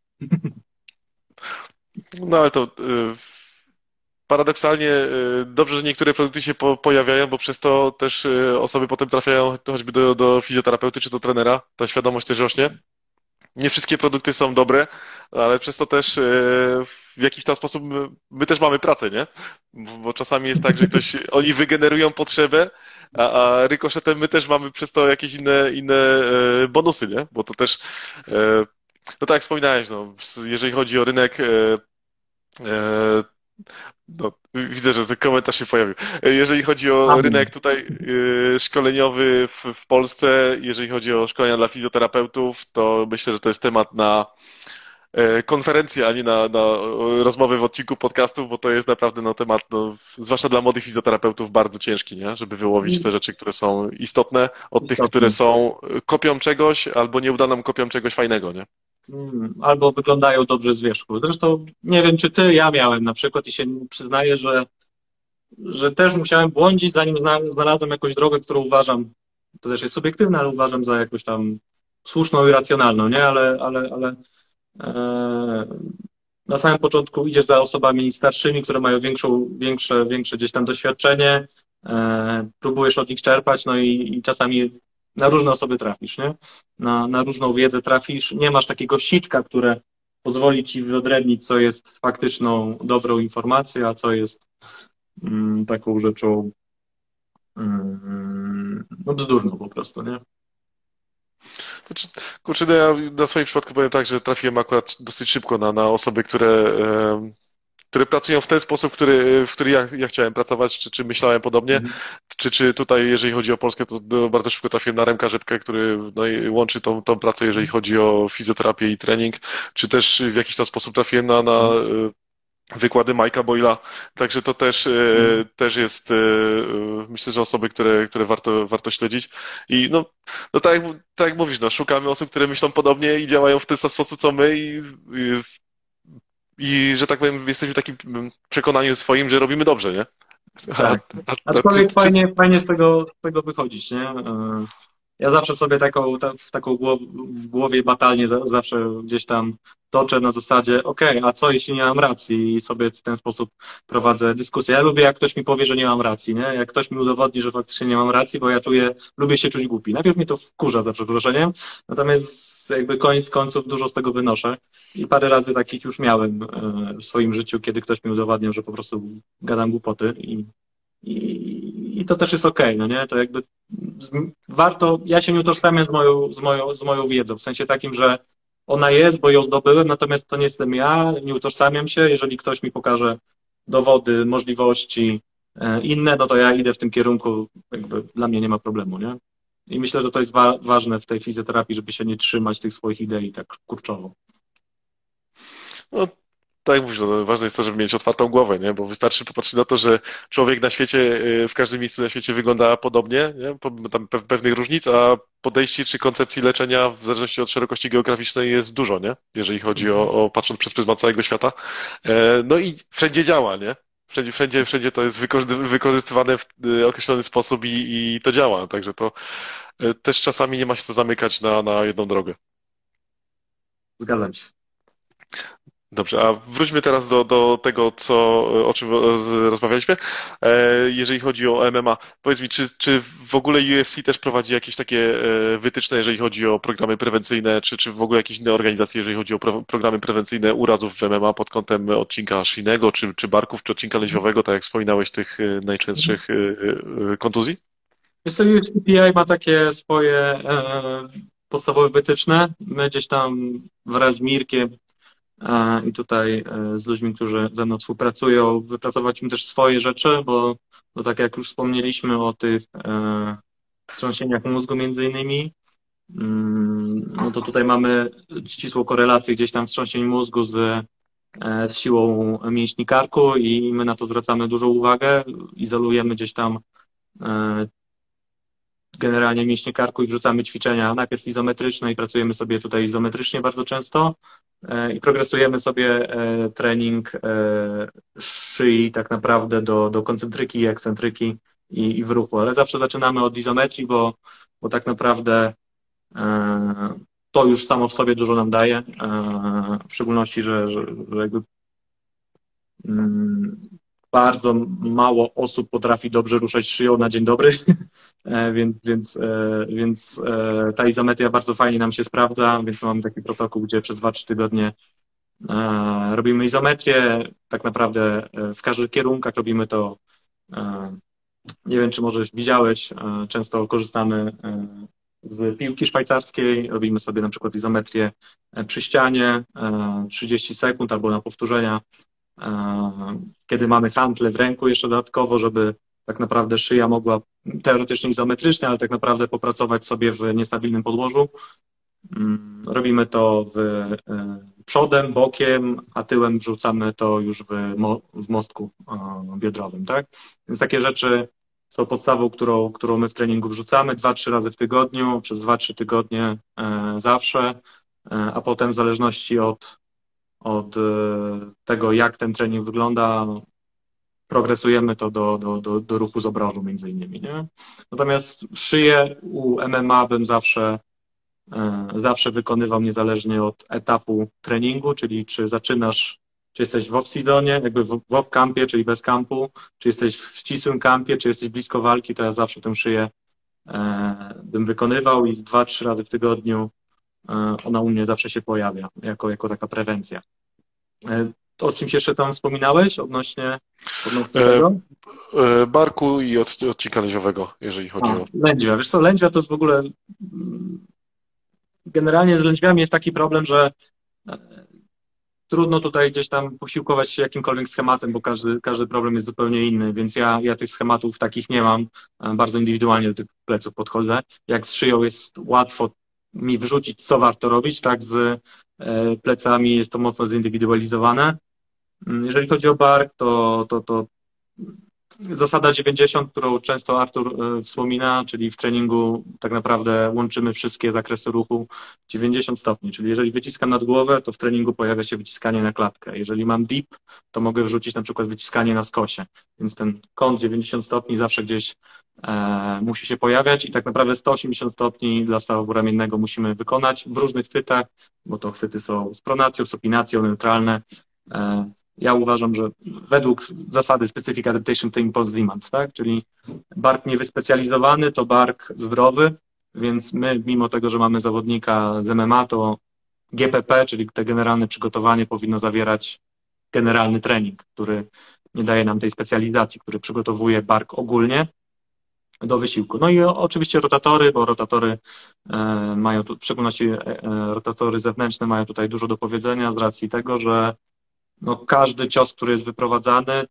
No ale to y, paradoksalnie y, dobrze, że niektóre produkty się po, pojawiają, bo przez to też y, osoby potem trafiają choćby do, do fizjoterapeuty czy do trenera. Ta świadomość też rośnie. Nie wszystkie produkty są dobre, ale przez to też e, w jakiś tam sposób my, my też mamy pracę, nie? Bo, bo czasami jest tak, że ktoś, oni wygenerują potrzebę, a, a rykoszetem my też mamy przez to jakieś inne, inne e, bonusy, nie? Bo to też, e, no tak jak wspominałeś, no, jeżeli chodzi o rynek, e, e, no, widzę, że ten komentarz się pojawił. E, Jeżeli chodzi o Amen. rynek tutaj e, szkoleniowy w, w Polsce, jeżeli chodzi o szkolenia dla fizjoterapeutów, to myślę, że to jest temat na e, konferencję, a nie na, na rozmowy w odcinku podcastu, bo to jest naprawdę no, temat, no, zwłaszcza dla młodych fizjoterapeutów, bardzo ciężki, nie? Żeby wyłowić te rzeczy, które są istotne, od tych, które Istotnie. są kopią czegoś albo nieudaną kopią czegoś fajnego, nie? Mm, Albo wyglądają dobrze z wierzchu. Zresztą nie wiem, czy ty, ja miałem na przykład i się przyznaję, że, że też musiałem błądzić, zanim zna- znalazłem jakąś drogę, którą uważam, to też jest subiektywne, ale uważam za jakąś tam słuszną i racjonalną, nie? Ale, ale, ale e, na samym początku idziesz za osobami starszymi, które mają większą, większe, większe gdzieś tam doświadczenie, e, próbujesz od nich czerpać, no i, i czasami na różne osoby trafisz, nie? Na, na różną wiedzę trafisz. Nie masz takiego sitka, które pozwoli ci wyodrębnić, co jest faktyczną, dobrą informacją, a co jest mm, taką rzeczą mm, no bzdurną po prostu, nie? Znaczy, kurczę, no ja na swoim przypadku powiem tak, że trafiłem akurat dosyć szybko na, na osoby, które, e, które pracują w ten sposób, który, w który ja, ja chciałem pracować, czy, czy myślałem podobnie, Mhm. czy, czy tutaj, jeżeli chodzi o Polskę, to no, bardzo szybko trafiłem na Remka Rzepkę, który no, i łączy tą, tą pracę, jeżeli chodzi o fizjoterapię i trening, czy też w jakiś tam sposób trafiłem na, na Mhm. e, wykłady Majka Boyla, także to też, e, Mhm. też jest, e, e, myślę, że osoby, które, które warto, warto śledzić. I no, no tak, jak- tak jak mówisz, no, szukamy osób, które myślą podobnie i działają w ten sam sposób, co my i, i, i że tak powiem, jesteśmy w takim mm, przekonaniu swoim, że robimy dobrze, nie? A, Tak. a, a czy, Aczkolwiek czy, fajnie, fajnie z tego, z tego wychodzić, nie? E, Ja zawsze sobie taką, ta, w taką głow, w głowie batalnię za, zawsze gdzieś tam toczę na zasadzie, okej, a co jeśli nie mam racji i sobie w ten sposób prowadzę dyskusję. Ja lubię, jak ktoś mi powie, że nie mam racji, nie? Jak ktoś mi udowodni, że faktycznie nie mam racji, bo ja czuję, lubię się czuć głupi. Najpierw mnie to wkurza, za przeproszeniem, natomiast jakby koniec końców dużo z tego wynoszę i parę razy takich już miałem e, w swoim życiu, kiedy ktoś mi udowadniał, że po prostu gadam głupoty i i, i to też jest okej, no nie? To jakby z- warto, ja się nie utożsamiam z moją, z moją, z moją wiedzą, w sensie takim, że ona jest, bo ją zdobyłem, natomiast to nie jestem ja, nie utożsamiam się. Jeżeli ktoś mi pokaże dowody, możliwości e, inne, no to ja idę w tym kierunku, jakby dla mnie nie ma problemu, nie? I myślę, że to jest wa ważne w tej fizjoterapii, żeby się nie trzymać tych swoich idei tak kurczowo. no, tak jak mówisz, no, ważne jest to, żeby mieć otwartą głowę, nie? Bo wystarczy popatrzeć na to, że człowiek na świecie, y, w każdym miejscu na świecie wygląda podobnie, nie? Pomimo tam pe- pewnych różnic, a podejście czy koncepcji leczenia w zależności od szerokości geograficznej jest dużo, nie? Jeżeli chodzi o, o patrząc przez pryzmat całego świata. E, No i wszędzie działa, nie? Wszędzie, wszędzie, wszędzie to jest wykorzy- wykorzystywane w y, określony sposób i, i to działa. Także to y, też czasami nie ma się co zamykać na, na jedną drogę. Zgadzam się. Dobrze, a wróćmy teraz do, do tego, co, o czym roz- rozmawialiśmy. E, Jeżeli chodzi o M M A, powiedz mi, czy, czy w ogóle U F C też prowadzi jakieś takie e, wytyczne, jeżeli chodzi o programy prewencyjne, czy, czy w ogóle jakieś inne organizacje, jeżeli chodzi o pro, programy prewencyjne urazów w M M A pod kątem odcinka szyjnego, czy, czy barków, czy odcinka lędźwiowego, tak jak wspominałeś, tych e, najczęstszych e, e, kontuzji? Wiesz co, U F C P I ma takie swoje e, podstawowe wytyczne. My gdzieś tam wraz z Mirkiem e, i tutaj e, z ludźmi, którzy ze mną współpracują, wypracowaliśmy też swoje rzeczy, bo, bo tak jak już wspomnieliśmy o tych e, wstrząsieniach mózgu między innymi, mm, no to tutaj mamy ścisłą korelację gdzieś tam wstrząsień mózgu z, e, z siłą mięśni karku i my na to zwracamy dużą uwagę, izolujemy gdzieś tam e, generalnie mięśnie karku i wrzucamy ćwiczenia najpierw izometryczne i pracujemy sobie tutaj izometrycznie bardzo często e, i progresujemy sobie e, trening e, szyi tak naprawdę do, do koncentryki i ekscentryki i, i w ruchu, ale zawsze zaczynamy od izometrii, bo, bo tak naprawdę e, to już samo w sobie dużo nam daje, e, w szczególności, że, że, że jakby mm, bardzo mało osób potrafi dobrze ruszać szyją na dzień dobry, E, więc, więc, e, więc e, ta izometria bardzo fajnie nam się sprawdza, więc mamy taki protokół, gdzie przez dwa trzy tygodnie e, robimy izometrię, tak naprawdę e, w każdych kierunkach robimy to. e, Nie wiem, czy może widziałeś, e, często korzystamy e, z piłki szwajcarskiej, robimy sobie na przykład izometrię e, przy ścianie, e, trzydzieści sekund albo na powtórzenia, e, kiedy mamy hantle w ręku jeszcze dodatkowo, żeby tak naprawdę szyja mogła teoretycznie izometrycznie, ale tak naprawdę popracować sobie w niestabilnym podłożu. Mm, Robimy to w, y, przodem, bokiem, a tyłem wrzucamy to już w, mo, w mostku e, biodrowym, tak? Więc takie rzeczy są podstawą, którą, którą my w treningu wrzucamy dwa, trzy razy w tygodniu, przez dwa, trzy tygodnie e, zawsze, e, a potem w zależności od, od e, tego, jak ten trening wygląda, progresujemy to do, do, do, do ruchu z obrążu między innymi, nie? Natomiast szyję u M M A bym zawsze e, zawsze wykonywał niezależnie od etapu treningu, czyli czy zaczynasz, czy jesteś w off-seasonie, jakby w w off-campie, czyli bez kampu, czy jesteś w ścisłym kampie, czy jesteś blisko walki, to ja zawsze tę szyję e, bym wykonywał i dwa, trzy razy w tygodniu e, ona u mnie zawsze się pojawia, jako, jako taka prewencja. E, to, o czymś jeszcze tam wspominałeś odnośnie, odnośnie E, tego? e, Barku i od, odcinka lędźwiowego, jeżeli chodzi A, o... lędźwia. Wiesz co, lędźwia to jest w ogóle mm, generalnie z lędźwiami jest taki problem, że e, trudno tutaj gdzieś tam posiłkować się jakimkolwiek schematem, bo każdy, każdy problem jest zupełnie inny, więc ja, ja tych schematów takich nie mam. E, Bardzo indywidualnie do tych pleców podchodzę. Jak z szyją jest łatwo mi wrzucić, co warto robić, tak z e, plecami jest to mocno zindywidualizowane. Mm, Jeżeli chodzi o bark, to, to, to zasada dziewięćdziesiąt, którą często Artur e, wspomina, czyli w treningu tak naprawdę łączymy wszystkie zakresy ruchu dziewięćdziesiąt stopni, czyli jeżeli wyciskam nad głowę, to w treningu pojawia się wyciskanie na klatkę. Jeżeli mam dip, to mogę wrzucić na przykład wyciskanie na skosie, więc ten kąt dziewięćdziesiąt stopni zawsze gdzieś e, musi się pojawiać i tak naprawdę sto osiemdziesiąt stopni dla stawu ramiennego musimy wykonać w różnych chwytach, bo to chwyty są z pronacją, z opinacją, neutralne. E, ja uważam, że według zasady Specific Adaptation to Impulse Demand, tak? Czyli bark niewyspecjalizowany to bark zdrowy, więc my, mimo tego, że mamy zawodnika z M M A, to G P P, czyli te generalne przygotowanie, powinno zawierać generalny trening, który nie daje nam tej specjalizacji, który przygotowuje bark ogólnie do wysiłku. No i oczywiście rotatory, bo rotatory e, mają tu, w szczególności e, e, rotatory zewnętrzne mają tutaj dużo do powiedzenia z racji tego, że no, każdy cios, który jest wyprowadzany,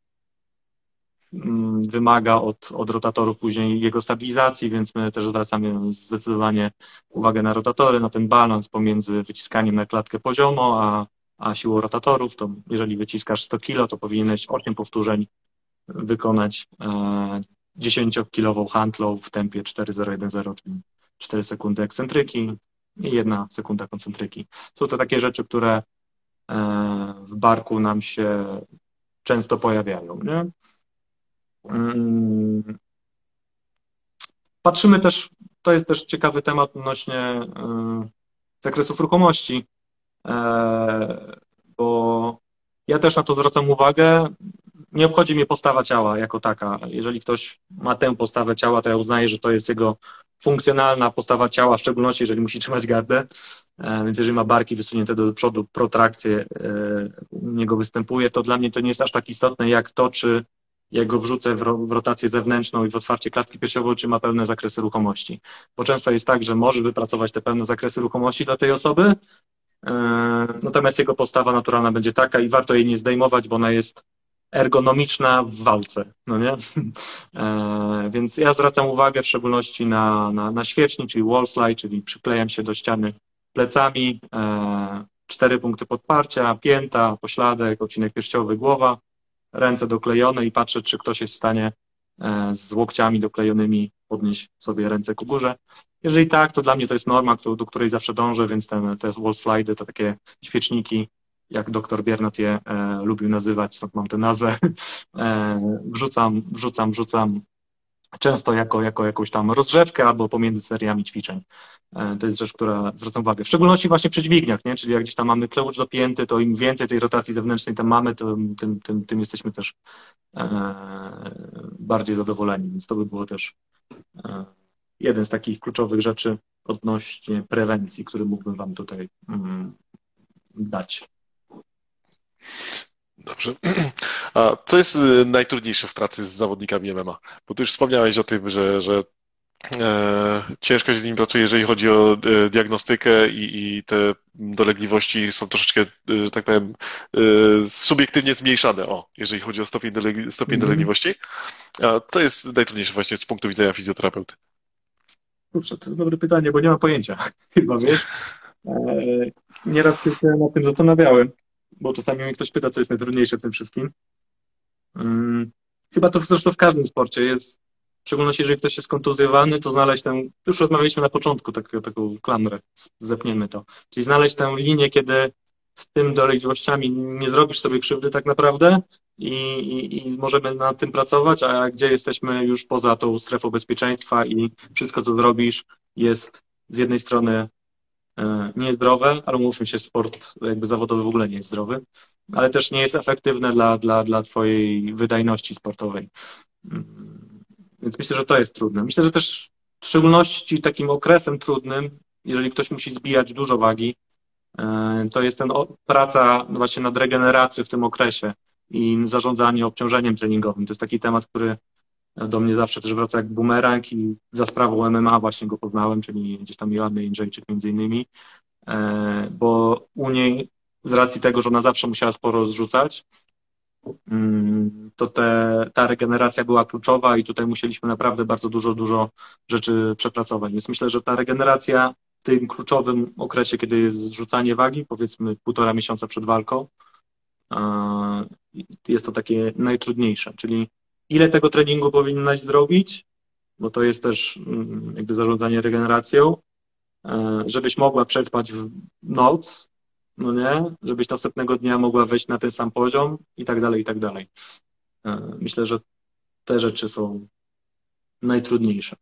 mm, wymaga od, od rotatorów później jego stabilizacji, więc my też zwracamy zdecydowanie uwagę na rotatory, na ten balans pomiędzy wyciskaniem na klatkę poziomo, a, a siłą rotatorów. To jeżeli wyciskasz sto kilo, to powinieneś osiem powtórzeń wykonać e, dziesięciokilową hantlą w tempie cztery zero jeden zero, czyli cztery sekundy ekscentryki i jedna sekunda koncentryki. Są to takie rzeczy, które e, w barku nam się często pojawiają, nie? Mm, Patrzymy też, to jest też ciekawy temat odnośnie e, zakresów ruchomości, e, bo ja też na to zwracam uwagę. Nie obchodzi mnie postawa ciała jako taka. Jeżeli ktoś ma tę postawę ciała, to ja uznaję, że to jest jego funkcjonalna postawa ciała, w szczególności jeżeli musi trzymać gardę. E, Więc jeżeli ma barki wysunięte do przodu, protrakcje e, u niego występuje, to dla mnie to nie jest aż tak istotne jak to, czy jak go wrzucę w, ro, w rotację zewnętrzną i w otwarcie klatki piersiowej, czy ma pełne zakresy ruchomości. Bo często jest tak, że może wypracować te pełne zakresy ruchomości dla tej osoby, e, natomiast jego postawa naturalna będzie taka i warto jej nie zdejmować, bo ona jest ergonomiczna w walce, no nie? E, więc ja zwracam uwagę w szczególności na, na, na świecznik, czyli wall slide, czyli przyklejam się do ściany plecami, e, cztery punkty podparcia, pięta, pośladek, odcinek piersiowy, głowa, ręce doklejone i patrzę, czy ktoś jest w stanie e, z łokciami doklejonymi podnieść sobie ręce ku górze. Jeżeli tak, to dla mnie to jest norma, do, do której zawsze dążę, więc ten, te wall slide to takie świeczniki, jak doktor Biernat je e, lubił nazywać, stąd mam tę nazwę, e, wrzucam, wrzucam, wrzucam często jako, jako jakąś tam rozgrzewkę albo pomiędzy seriami ćwiczeń. E, to jest rzecz, która zwracam uwagę. W szczególności właśnie przy dźwigniach, nie? Czyli jak gdzieś tam mamy kleucz dopięty, to im więcej tej rotacji zewnętrznej tam mamy, to tym, tym, tym jesteśmy też e, bardziej zadowoleni. Więc to by było też e, jeden z takich kluczowych rzeczy odnośnie prewencji, który mógłbym Wam tutaj mm, dać. Dobrze. A co jest y, najtrudniejsze w pracy z zawodnikami M M A? Bo ty już wspomniałeś o tym, że, że e, ciężko się z nimi pracuje, jeżeli chodzi o e, diagnostykę i, i te dolegliwości są troszeczkę, e, że tak powiem, e, subiektywnie zmniejszane, o, jeżeli chodzi o stopień, doleg stopień Mhm. dolegliwości. A co jest najtrudniejsze właśnie z punktu widzenia fizjoterapeuty? Kurczę, to jest dobre pytanie, bo nie mam pojęcia. Chyba, wiesz? E, Nieraz się nad tym zastanawiałem, bo czasami mnie ktoś pyta, co jest najtrudniejsze w tym wszystkim. Mm, Chyba to zresztą w każdym sporcie jest, w szczególności jeżeli ktoś jest kontuzjowany, to znaleźć tę, już rozmawialiśmy na początku, taką, taką klamrę, zepniemy to, czyli znaleźć tę linię, kiedy z tym dolegliwościami nie zrobisz sobie krzywdy tak naprawdę i, i, i możemy nad tym pracować, a gdzie jesteśmy już poza tą strefą bezpieczeństwa i wszystko, co zrobisz, jest z jednej strony e, niezdrowe, ale umówmy się, sport jakby zawodowy w ogóle nie jest zdrowy, ale też nie jest efektywne dla, dla, dla twojej wydajności sportowej. Mm, Więc myślę, że to jest trudne. Myślę, że też w szczególności takim okresem trudnym, jeżeli ktoś musi zbijać dużo wagi, e, to jest ten o- praca właśnie nad regeneracją w tym okresie i zarządzanie obciążeniem treningowym. To jest taki temat, który do mnie zawsze też wraca jak bumerang i za sprawą M M A właśnie go poznałem, czyli gdzieś tam Joanny Jędrzejczyk między innymi, e, bo u niej z racji tego, że ona zawsze musiała sporo zrzucać, mm, to te, ta regeneracja była kluczowa i tutaj musieliśmy naprawdę bardzo dużo, dużo rzeczy przepracować. Więc myślę, że ta regeneracja w tym kluczowym okresie, kiedy jest zrzucanie wagi, powiedzmy półtora miesiąca przed walką, e, jest to takie najtrudniejsze, czyli ile tego treningu powinnaś zrobić, bo to jest też mm, jakby zarządzanie regeneracją, e, żebyś mogła przespać w noc, no nie, żebyś następnego dnia mogła wejść na ten sam poziom i tak dalej, i tak dalej. E, Myślę, że te rzeczy są najtrudniejsze.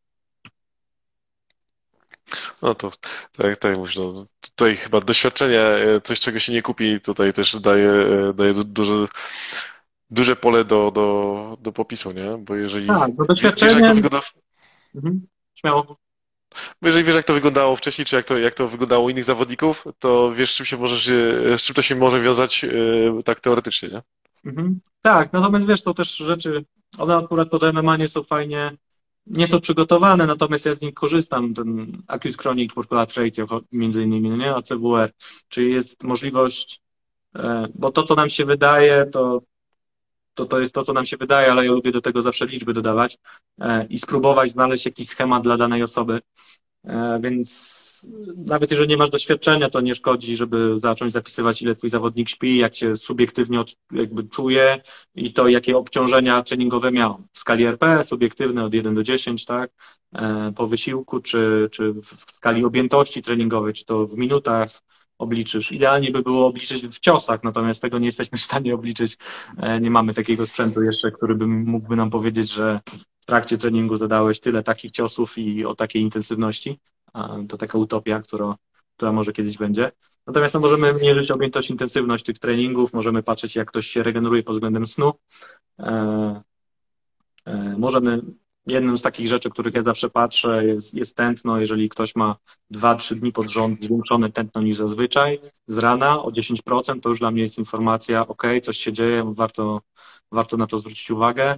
No to tak, tak mówisz, no, tutaj chyba doświadczenie, e, coś czego się nie kupi, tutaj też daje, e, daje du- duże, duże pole do, do, do popisu, nie? Bo jeżeli Tak, no wie- wiesz, jak to doświadczenie, wygląda, mhm, śmiało. bo jeżeli wiesz, jak to wyglądało wcześniej, czy jak to, jak to wyglądało u innych zawodników, to wiesz, z czym się możesz, e, z czym to się może wiązać, e, tak teoretycznie, nie? Mhm. Tak, natomiast wiesz, są też rzeczy, one akurat pod M M A nie są fajnie, nie są przygotowane, natomiast ja z nich korzystam, ten Acute Chronic Muscular Ratio między innymi, no nie, A C W R, czyli jest możliwość, e, bo to, co nam się wydaje, to, to to jest to, co nam się wydaje, ale ja lubię do tego zawsze liczby dodawać e, i spróbować znaleźć jakiś schemat dla danej osoby. E, Więc nawet jeżeli nie masz doświadczenia, to nie szkodzi, żeby zacząć zapisywać, ile twój zawodnik śpi, jak się subiektywnie od, jakby czuje i to, jakie obciążenia treningowe miał. W skali R P, subiektywne od jeden do dziesięciu, tak? E, Po wysiłku, czy, czy w skali objętości treningowej, czy to w minutach obliczysz. Idealnie by było obliczyć w ciosach, natomiast tego nie jesteśmy w stanie obliczyć. E, Nie mamy takiego sprzętu jeszcze, który by mógłby nam powiedzieć, że w trakcie treningu zadałeś tyle takich ciosów i o takiej intensywności. To taka utopia, która, która może kiedyś będzie. Natomiast no, możemy mierzyć objętość, intensywność tych treningów, możemy patrzeć, jak ktoś się regeneruje pod względem snu. E, e, możemy, jedną z takich rzeczy, których ja zawsze patrzę, jest, jest tętno. Jeżeli ktoś ma dwa trzy dni pod rząd zwiększone tętno niż zazwyczaj, z rana o dziesięć procent, to już dla mnie jest informacja, ok, coś się dzieje, warto, warto na to zwrócić uwagę.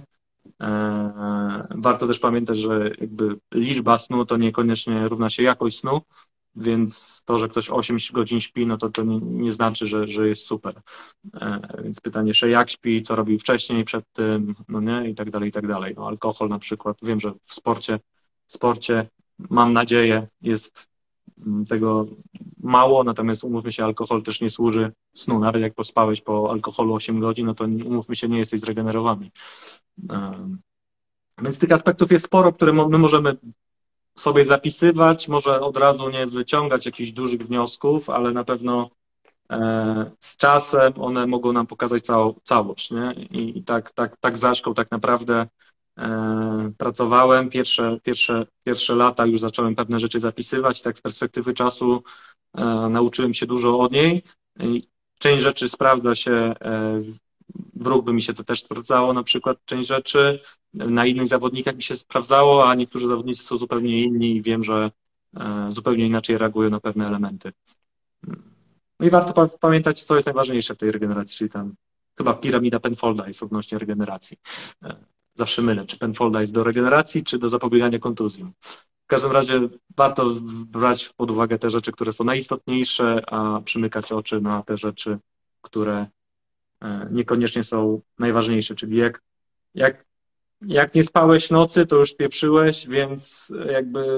E, Warto też pamiętać, że jakby liczba snu to niekoniecznie równa się jakość snu, więc to, że ktoś osiem godzin śpi, no to to nie, nie znaczy, że, że jest super. E, Więc pytanie jeszcze jak śpi, co robił wcześniej przed tym, no nie, i tak dalej, i tak dalej. No, alkohol na przykład, wiem, że w sporcie, w sporcie mam nadzieję jest mm, tego mało, natomiast umówmy się, alkohol też nie służy snu. Nawet jak pospałeś po alkoholu osiem godzin, no to umówmy się, nie jesteś zregenerowany. E, więc tych aspektów jest sporo, które my możemy sobie zapisywać, może od razu nie wyciągać jakichś dużych wniosków, ale na pewno e, z czasem one mogą nam pokazać całą, całość, nie? I tak, tak, tak z Aśką tak naprawdę e, pracowałem. Pierwsze, pierwsze, pierwsze lata już zacząłem pewne rzeczy zapisywać, tak z perspektywy czasu e, nauczyłem się dużo od niej. I część rzeczy sprawdza się e, w rugby mi się to też sprawdzało, na przykład część rzeczy, na innych zawodnikach mi się sprawdzało, a niektórzy zawodnicy są zupełnie inni i wiem, że e, zupełnie inaczej reagują na pewne elementy. No i warto pa pamiętać, co jest najważniejsze w tej regeneracji, czyli tam chyba piramida Penfolda jest odnośnie regeneracji. E, Zawsze mylę, czy Penfolda jest do regeneracji, czy do zapobiegania kontuzjom. W każdym razie warto brać pod uwagę te rzeczy, które są najistotniejsze, a przymykać oczy na te rzeczy, które e, niekoniecznie są najważniejsze, czyli jak, jak, jak nie spałeś nocy, to już spieprzyłeś, więc jakby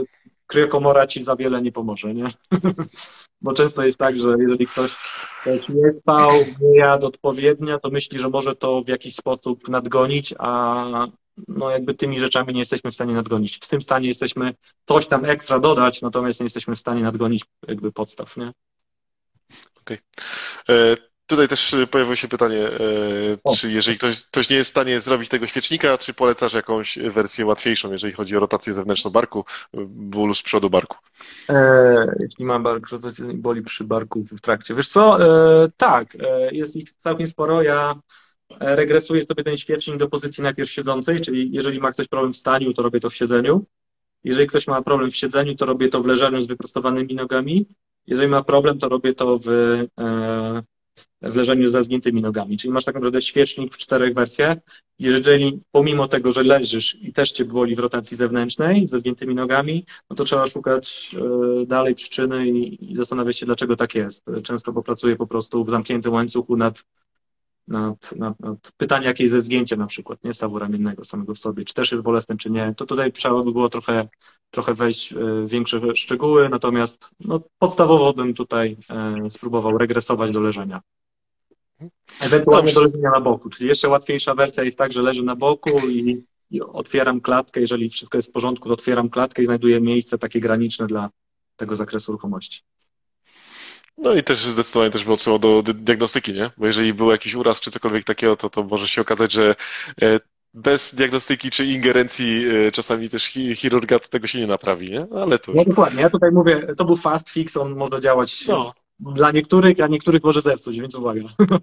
kryokomora ci za wiele nie pomoże, nie? Bo często jest tak, że jeżeli ktoś, ktoś nie spał, nie jadł odpowiednio, to myśli, że może to w jakiś sposób nadgonić, a no jakby tymi rzeczami nie jesteśmy w stanie nadgonić. W tym stanie jesteśmy coś tam ekstra dodać, natomiast nie jesteśmy w stanie nadgonić jakby podstaw, nie? Okej. E, Tutaj też e, pojawiło się pytanie, e, O. czy jeżeli ktoś, ktoś nie jest w stanie zrobić tego świecznika, czy polecasz jakąś wersję łatwiejszą, jeżeli chodzi o rotację zewnętrzną barku, e, ból z przodu barku? E, jeśli mam bark, że to cię boli przy barku w trakcie. Wiesz co? E, tak, e, jest ich całkiem sporo. Ja e, regresuję sobie ten świecznik do pozycji najpierw siedzącej, czyli jeżeli ma ktoś problem w staniu, to robię to w siedzeniu. Jeżeli ktoś ma problem w siedzeniu, to robię to w leżeniu z wyprostowanymi nogami. Jeżeli ma problem, to robię to w, e, w leżeniu ze zgiętymi nogami. Czyli masz tak naprawdę świecznik w czterech wersjach. Jeżeli pomimo tego, że leżysz i też cię boli w rotacji zewnętrznej ze zgiętymi nogami, no to trzeba szukać e, dalej przyczyny i, i zastanawiać się, dlaczego tak jest. Często popracuję po prostu w zamkniętym łańcuchu nad, nad, nad, nad pytaniem, jakie jest ze zgięcia na przykład, nie stawu ramiennego samego w sobie, czy też jest bolesne, czy nie. To tutaj trzeba by było trochę, trochę wejść w większe szczegóły, natomiast no, podstawowo bym tutaj e, spróbował regresować do leżenia. Ewentualnie do Dobrze. leżenia na boku, czyli jeszcze łatwiejsza wersja jest tak, że leżę na boku i, i otwieram klatkę, jeżeli wszystko jest w porządku, to otwieram klatkę i znajduję miejsce takie graniczne dla tego zakresu ruchomości. No i też zdecydowanie też by odsyłał do dy- diagnostyki, nie? Bo jeżeli był jakiś uraz czy cokolwiek takiego, to, to może się okazać, że e, bez diagnostyki czy ingerencji e, czasami też chi- chirurga to tego się nie naprawi, nie? Ale to No już. dokładnie, ja tutaj mówię, to był fast fix, on może działać No, dla niektórych, a niektórych może zepsuć, więc uwaga.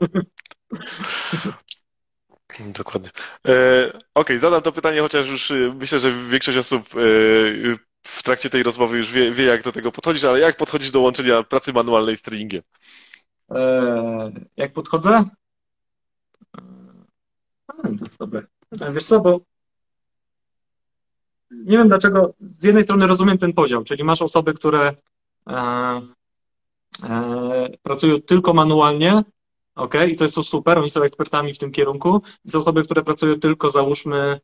dokładnie. E, Okej, zadam to pytanie, chociaż już e, myślę, że większość osób e, w trakcie tej rozmowy już wie, wie, jak do tego podchodzisz, ale jak podchodzisz do łączenia pracy manualnej z treningiem? Eee, jak podchodzę? A, to jest dobre. E, Wiesz co, bo nie wiem dlaczego, z jednej strony rozumiem ten podział, czyli masz osoby, które e, e, pracują tylko manualnie, ok, i to jest to super, oni są ekspertami w tym kierunku, i są osoby, które pracują tylko, załóżmy,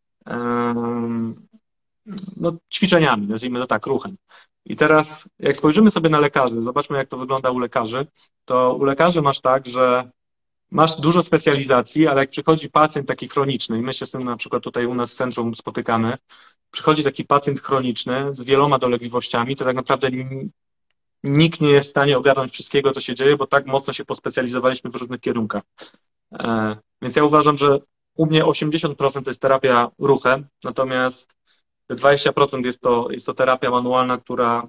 em, no, ćwiczeniami, nazwijmy to tak, ruchem. I teraz, jak spojrzymy sobie na lekarzy, zobaczmy, jak to wygląda u lekarzy, to u lekarzy masz tak, że masz dużo specjalizacji, ale jak przychodzi pacjent taki chroniczny, i my się z tym na przykład tutaj u nas w centrum spotykamy, przychodzi taki pacjent chroniczny z wieloma dolegliwościami, to tak naprawdę n- nikt nie jest w stanie ogarnąć wszystkiego, co się dzieje, bo tak mocno się pospecjalizowaliśmy w różnych kierunkach. E, Więc ja uważam, że u mnie osiemdziesiąt procent to jest terapia ruchem, natomiast te dwadzieścia procent jest to, jest to terapia manualna, która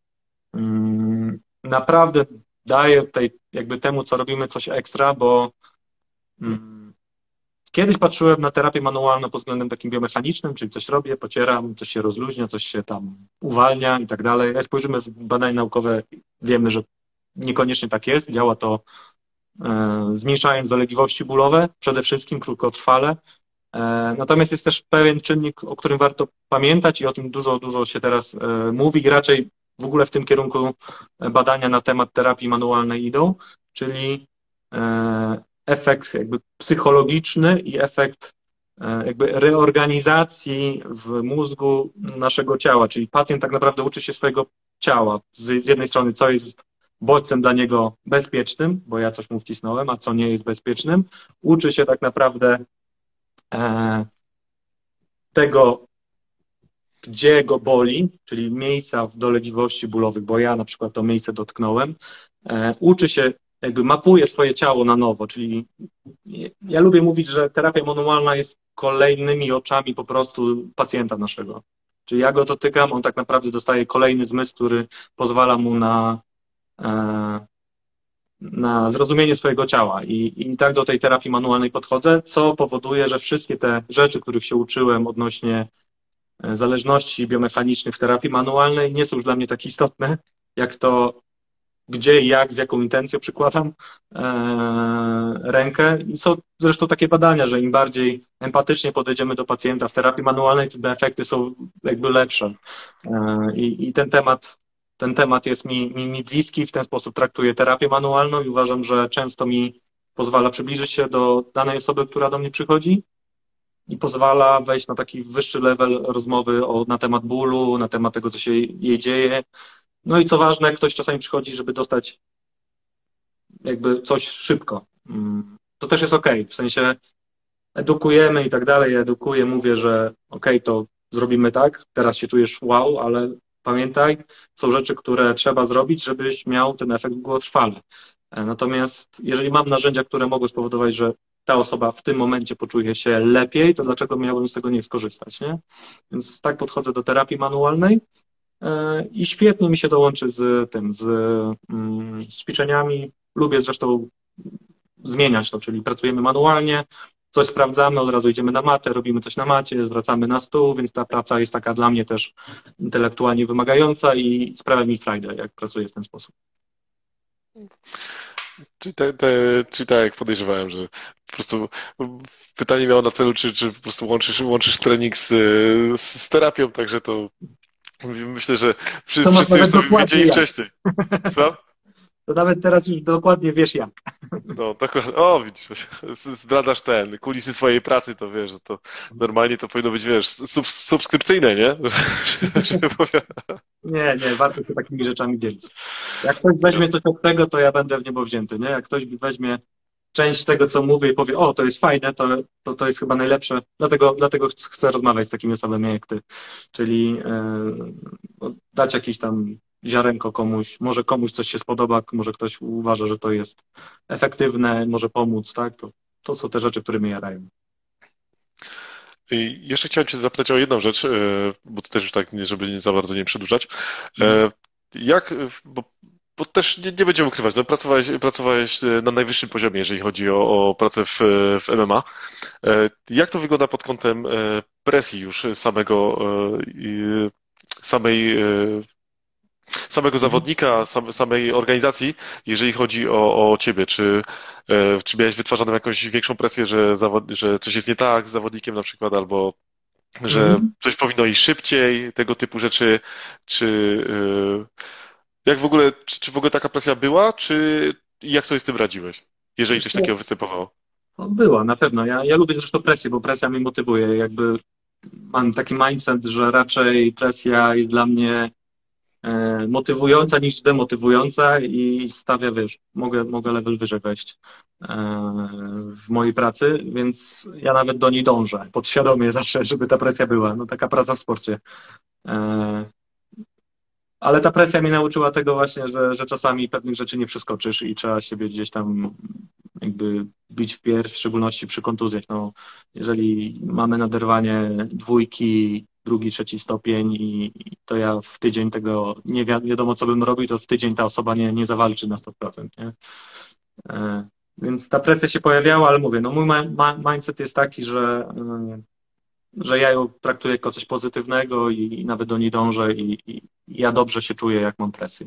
mm, naprawdę daje tej, jakby temu, co robimy, coś ekstra, bo mm, kiedyś patrzyłem na terapię manualną pod względem takim biomechanicznym, czyli coś robię, pocieram, coś się rozluźnia, coś się tam uwalnia i tak dalej. Jak spojrzymy w badania naukowe, wiemy, że niekoniecznie tak jest. Działa to e, zmniejszając dolegliwości bólowe, przede wszystkim krótkotrwale. E, natomiast jest też pewien czynnik, o którym warto pamiętać i o tym dużo, dużo się teraz e, mówi i raczej w ogóle w tym kierunku badania na temat terapii manualnej idą, czyli e, efekt jakby psychologiczny i efekt e, jakby reorganizacji w mózgu naszego ciała, czyli pacjent tak naprawdę uczy się swojego ciała. Z, z jednej strony, co jest bodźcem dla niego bezpiecznym, bo ja coś mu wcisnąłem, a co nie jest bezpiecznym. Uczy się tak naprawdę e, tego, gdzie go boli, czyli miejsca w dolegliwości bólowych, bo ja na przykład to miejsce dotknąłem. E, uczy się, jakby mapuje swoje ciało na nowo, czyli ja lubię mówić, że terapia manualna jest kolejnymi oczami po prostu pacjenta naszego. Czyli ja go dotykam, on tak naprawdę dostaje kolejny zmysł, który pozwala mu na, e, na zrozumienie swojego ciała. I, I tak do tej terapii manualnej podchodzę, co powoduje, że wszystkie te rzeczy, których się uczyłem odnośnie zależności biomechanicznych w terapii manualnej nie są już dla mnie tak istotne, jak to, gdzie i jak, z jaką intencją przykładam e, rękę. I są zresztą takie badania, że im bardziej empatycznie podejdziemy do pacjenta w terapii manualnej, tym efekty są jakby lepsze. E, i, I ten temat, ten temat jest mi, mi, mi bliski, w ten sposób traktuję terapię manualną i uważam, że często mi pozwala przybliżyć się do danej osoby, która do mnie przychodzi. i pozwala wejść na taki wyższy level rozmowy o, na temat bólu, na temat tego, co się jej dzieje. No i co ważne, ktoś czasami przychodzi, żeby dostać jakby coś szybko. Mm, To też jest okej, w sensie edukujemy i tak dalej, ja edukuję, mówię, że okej, to zrobimy tak, teraz się czujesz wow, ale pamiętaj, są rzeczy, które trzeba zrobić, żebyś miał ten efekt długotrwale. E, Natomiast jeżeli mam narzędzia, które mogą spowodować, że ta osoba w tym momencie poczuje się lepiej, to dlaczego miałbym z tego nie skorzystać, nie? Więc tak podchodzę do terapii manualnej e, i świetnie mi się to łączy z tym, z, mm, z ćwiczeniami. Lubię zresztą zmieniać to, czyli pracujemy manualnie, coś sprawdzamy, od razu idziemy na matę, robimy coś na macie, zwracamy na stół, więc ta praca jest taka dla mnie też intelektualnie wymagająca i sprawia mi frajdę, jak pracuję w ten sposób. Czyli, te, te, czyli tak jak podejrzewałem, że po prostu pytanie miało na celu, czy, czy po prostu łączysz, łączysz trening z, z, z terapią, także to myślę, że wszy- To masz wszyscy już nawet sobie dokładnie wiedzieli jak. wcześniej. Co? To nawet teraz już dokładnie wiesz jak. No, tak, o, widzisz, zdradzasz ten, kulisy swojej pracy, to wiesz, że to normalnie to powinno być, wiesz, sub, subskrypcyjne, nie? Żeby powiem. Nie, nie, warto się takimi rzeczami dzielić. Jak ktoś weźmie coś od tego, to ja będę w niebo wzięty, nie? Jak ktoś weźmie część tego, co mówię i powie, o, to jest fajne, to, to, to jest chyba najlepsze, dlatego, dlatego chcę rozmawiać z takimi osobami jak ty. Czyli yy, dać jakieś tam ziarenko komuś, może komuś coś się spodoba, może ktoś uważa, że to jest efektywne, może pomóc, tak? To, to są te rzeczy, które mnie jarają. I jeszcze chciałem Cię zapytać o jedną rzecz, e, bo to też już tak, nie- żeby nie za bardzo nie przedłużać. Mhm. E, Jak, bo, bo też nie, nie będziemy ukrywać, no, pracowałeś, pracowałeś na najwyższym poziomie, jeżeli chodzi o, o pracę w, w M M A. E, Jak to wygląda pod kątem e, presji już samego, e, i- samej, e, samego Mhm. zawodnika, sam, samej organizacji, jeżeli chodzi o, o ciebie? Czy, e, czy miałeś wytwarzaną jakąś większą presję, że, zawod, że coś jest nie tak z zawodnikiem na przykład, albo że Mhm. coś powinno iść szybciej, tego typu rzeczy, czy e, jak w ogóle, czy, czy w ogóle taka presja była, czy jak sobie z tym radziłeś, jeżeli Wiesz coś co? takiego występowało? No, była, na pewno. Ja, ja lubię zresztą presję, bo presja mnie motywuje. Jakby mam taki mindset, że raczej presja jest dla mnie e, motywująca niż demotywująca i stawia, wiesz, mogę, mogę level wyżej wejść e, w mojej pracy, więc ja nawet do niej dążę, podświadomie zawsze, żeby ta presja była. No taka praca w sporcie. E, ale ta presja mnie nauczyła tego właśnie, że, że czasami pewnych rzeczy nie przeskoczysz i trzeba siebie gdzieś tam jakby bić w pierś, w szczególności przy kontuzjach. No, jeżeli mamy naderwanie dwójki, drugi, trzeci stopień i, i to ja w tydzień tego nie wi wiadomo, co bym robił, to w tydzień ta osoba nie, nie zawalczy na sto procent, nie? E, więc ta presja się pojawiała, ale mówię, no mój ma ma mindset jest taki, że, e, że ja ją traktuję jako coś pozytywnego i, i nawet do niej dążę i, i ja dobrze się czuję, jak mam presję.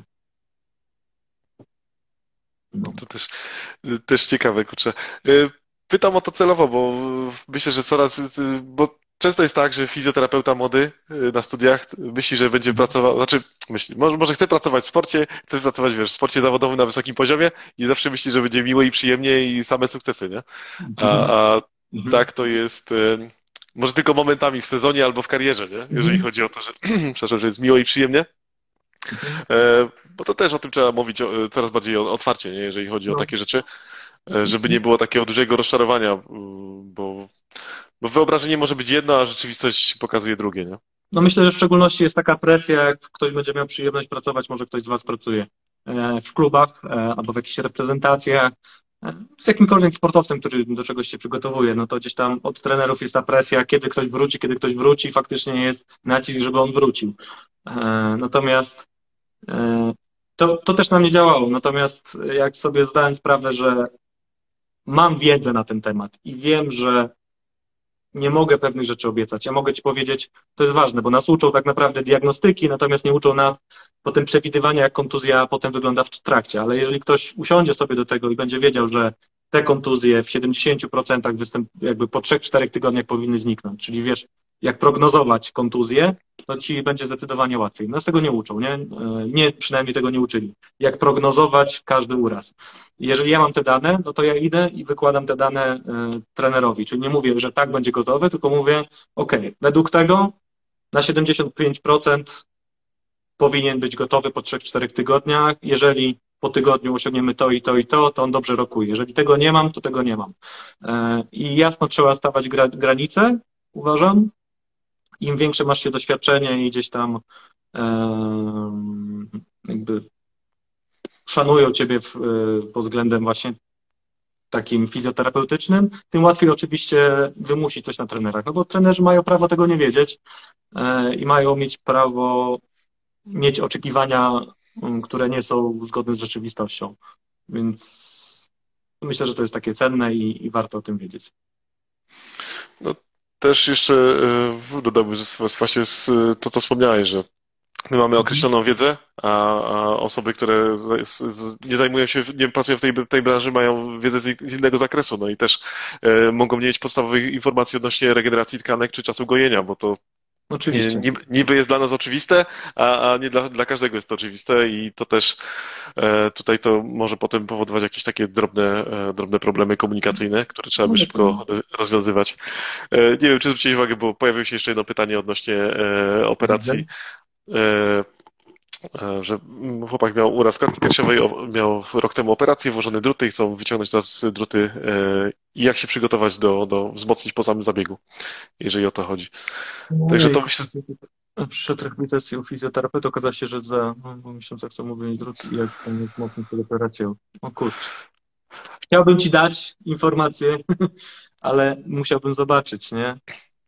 No. To też, też ciekawe, kurczę. Y, Pytam o to celowo, bo myślę, że coraz, y, bo często jest tak, że fizjoterapeuta młody y, na studiach myśli, że będzie pracował, znaczy myśli, może, może chce pracować w sporcie, chce pracować, wiesz, w sporcie zawodowym na wysokim poziomie i zawsze myśli, że będzie miło i przyjemnie i same sukcesy, nie? A, Mhm. a Mhm. tak to jest y, może tylko momentami w sezonie albo w karierze, nie? Jeżeli Mhm. chodzi o to, że, przepraszam, że jest miło i przyjemnie. Mhm. E, Bo to też o tym trzeba mówić o- coraz bardziej o- otwarcie, nie? Jeżeli chodzi o No. takie rzeczy, e, żeby nie było takiego dużego rozczarowania, y, bo, bo wyobrażenie może być jedno, a rzeczywistość pokazuje drugie, nie? No myślę, że w szczególności jest taka presja, jak ktoś będzie miał przyjemność pracować, może ktoś z Was pracuje e, w klubach e, albo w jakichś reprezentacjach, e, z jakimkolwiek sportowcem, który do czegoś się przygotowuje, no to gdzieś tam od trenerów jest ta presja, kiedy ktoś wróci, kiedy ktoś wróci, faktycznie jest nacisk, żeby on wrócił. E, Natomiast e, to, to też na mnie działało, natomiast jak sobie zdałem sprawę, że mam wiedzę na ten temat i wiem, że nie mogę pewnych rzeczy obiecać. Ja mogę Ci powiedzieć, to jest ważne, bo nas uczą tak naprawdę diagnostyki, natomiast nie uczą nas potem przewidywania, jak kontuzja potem wygląda w trakcie. Ale jeżeli ktoś usiądzie sobie do tego i będzie wiedział, że te kontuzje w siedemdziesięciu procentach występ, jakby po trzech czterech tygodniach powinny zniknąć, czyli wiesz, jak prognozować kontuzję, to ci będzie zdecydowanie łatwiej. Nas tego nie uczą, nie? Nie, przynajmniej tego nie uczyli. Jak prognozować każdy uraz. Jeżeli ja mam te dane, no to ja idę i wykładam te dane y, trenerowi. Czyli nie mówię, że tak będzie gotowe, tylko mówię, ok, według tego na siedemdziesiąt pięć procent powinien być gotowy po trzech czterech tygodniach. Jeżeli po tygodniu osiągniemy to i to i to, to on dobrze rokuje. Jeżeli tego nie mam, to tego nie mam. Y, I jasno trzeba stawiać gra, granice, uważam. Im większe masz się doświadczenie i gdzieś tam um, jakby szanują ciebie w, pod względem właśnie takim fizjoterapeutycznym, tym łatwiej oczywiście wymusić coś na trenerach, no bo trenerzy mają prawo tego nie wiedzieć e, i mają mieć prawo mieć oczekiwania, um, które nie są zgodne z rzeczywistością, więc myślę, że to jest takie cenne i, i warto o tym wiedzieć. No, też jeszcze e, dodałbym że właśnie z, to, co wspomniałeś, że my mamy określoną wiedzę, a, a osoby, które z, z, nie zajmują się, nie pracują w tej, tej branży, mają wiedzę z, z innego zakresu, no i też e, mogą nie mieć podstawowych informacji odnośnie regeneracji tkanek czy czasu gojenia, bo to nie- Oczywiście. niby, niby jest dla nas oczywiste, a, a nie dla, dla każdego jest to oczywiste i to też e, tutaj to może potem powodować jakieś takie drobne, e, drobne problemy komunikacyjne, które trzeba by No, to szybko e, rozwiązywać. E, nie wiem, czy zwróciłeś uwagę, bo pojawiło się jeszcze jedno pytanie odnośnie e, widzę. operacji. E, e, że mm, chłopak miał uraz klatki piersiowej, o- miał rok temu operację, włożone druty i chcą wyciągnąć teraz druty e, i jak się przygotować do, do wzmocnić po samym zabiegu, jeżeli o to chodzi. Także Ojej, to myślę, przed rehabilitacją fizjoterapeuty okazało się, że za no, po miesiącach chcą mówić drut i jak tam jest mocno przed operacją. O kurczę. Chciałbym ci dać informacje, ale musiałbym zobaczyć, nie?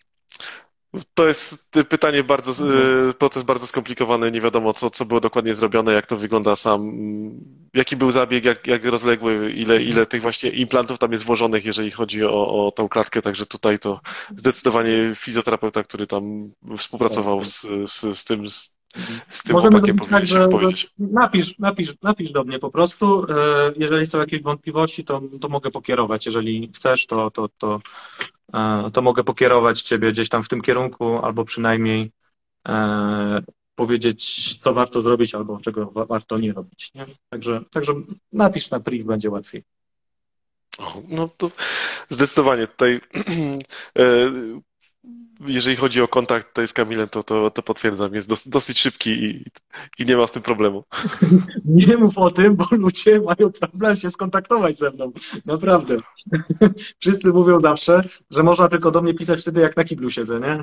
to jest pytanie bardzo, No. e, proces bardzo skomplikowany, nie wiadomo co, co było dokładnie zrobione, jak to wygląda sam, mm, jaki był zabieg, jak, jak rozległy, ile, ile tych właśnie implantów tam jest włożonych, jeżeli chodzi o, o tą klatkę, także tutaj to zdecydowanie fizjoterapeuta, który tam Tak, współpracował tak. z, z, z tym, z, z tym Możemy chłopakiem, zrobić powinien tak, się że, że wypowiedzieć. napisz, napisz, napisz do mnie po prostu. E, Jeżeli są jakieś wątpliwości, to, to mogę pokierować. Jeżeli chcesz, to, to, to, e, to mogę pokierować ciebie gdzieś tam w tym kierunku, albo przynajmniej e, powiedzieć, co warto zrobić, albo czego wa- warto nie robić. Nie? Także, także napisz na priv, będzie łatwiej. O, no to zdecydowanie tutaj, e, jeżeli chodzi o kontakt tutaj z Kamilem, to, to, to potwierdzam, jest dos, dosyć szybki i, i nie ma z tym problemu. Nie mów o tym, bo ludzie mają problem się skontaktować ze mną. Naprawdę. Wszyscy mówią zawsze, że można tylko do mnie pisać wtedy, jak na kiblu siedzę, nie?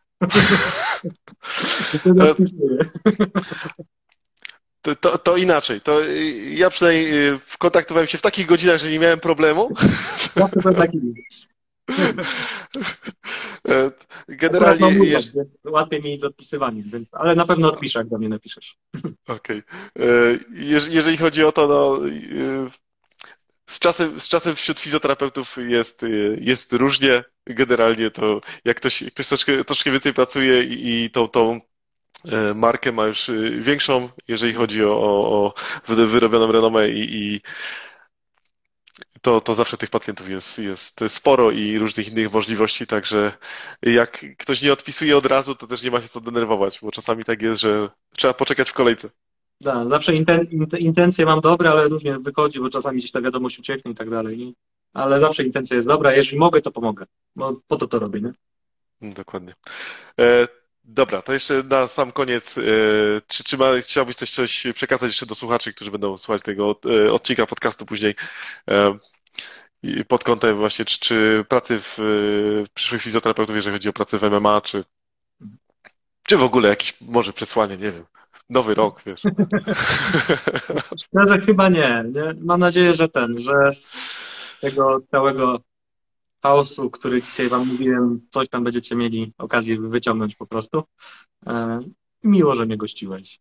I wtedy E, odpisuję. To, to, to inaczej. To y, ja przynajmniej y, kontaktowałem się w takich godzinach, że nie miałem problemu. Zawsze byłem taki. E, Akurat Generalnie, mam urlop, jeż, więc łatwiej mi z odpisywaniem, więc, ale na pewno odpiszę, jak do mnie napiszesz. okej. E, jeż- Jeżeli chodzi o to, no, y, z czasem, z czasem wśród fizjoterapeutów jest, y, jest różnie. Generalnie to jak ktoś, ktoś troszkę, troszkę więcej pracuje i, i tą, tą e, markę ma już y, większą, jeżeli chodzi o, o, o wy- wyrobioną renomę i, i to, to zawsze tych pacjentów jest, jest sporo i różnych innych możliwości, także jak ktoś nie odpisuje od razu, to też nie ma się co denerwować, bo czasami tak jest, że trzeba poczekać w kolejce. Da, zawsze inten, int- intencje mam dobre, ale różnie wychodzi, bo czasami gdzieś ta wiadomość ucieknie i tak dalej. Nie? Ale zawsze intencja jest dobra, jeżeli mogę, to pomogę. Bo po to to robię, nie? Dokładnie. E, dobra, to jeszcze na sam koniec, e, czy, czy ma, chciałbyś coś, coś przekazać jeszcze do słuchaczy, którzy będą słuchać tego e, odcinka podcastu później, e, i pod kątem właśnie, czy, czy pracy w, w przyszłych fizjoterapeutów, jeżeli chodzi o pracę w M M A, czy, czy w ogóle jakieś może przesłanie, nie wiem, nowy rok, wiesz. Szczerze chyba nie, nie. Mam nadzieję, że ten, że z tego całego chaosu, który dzisiaj wam mówiłem, coś tam będziecie mieli okazję wyciągnąć po prostu. E, miło, że mnie gościłeś.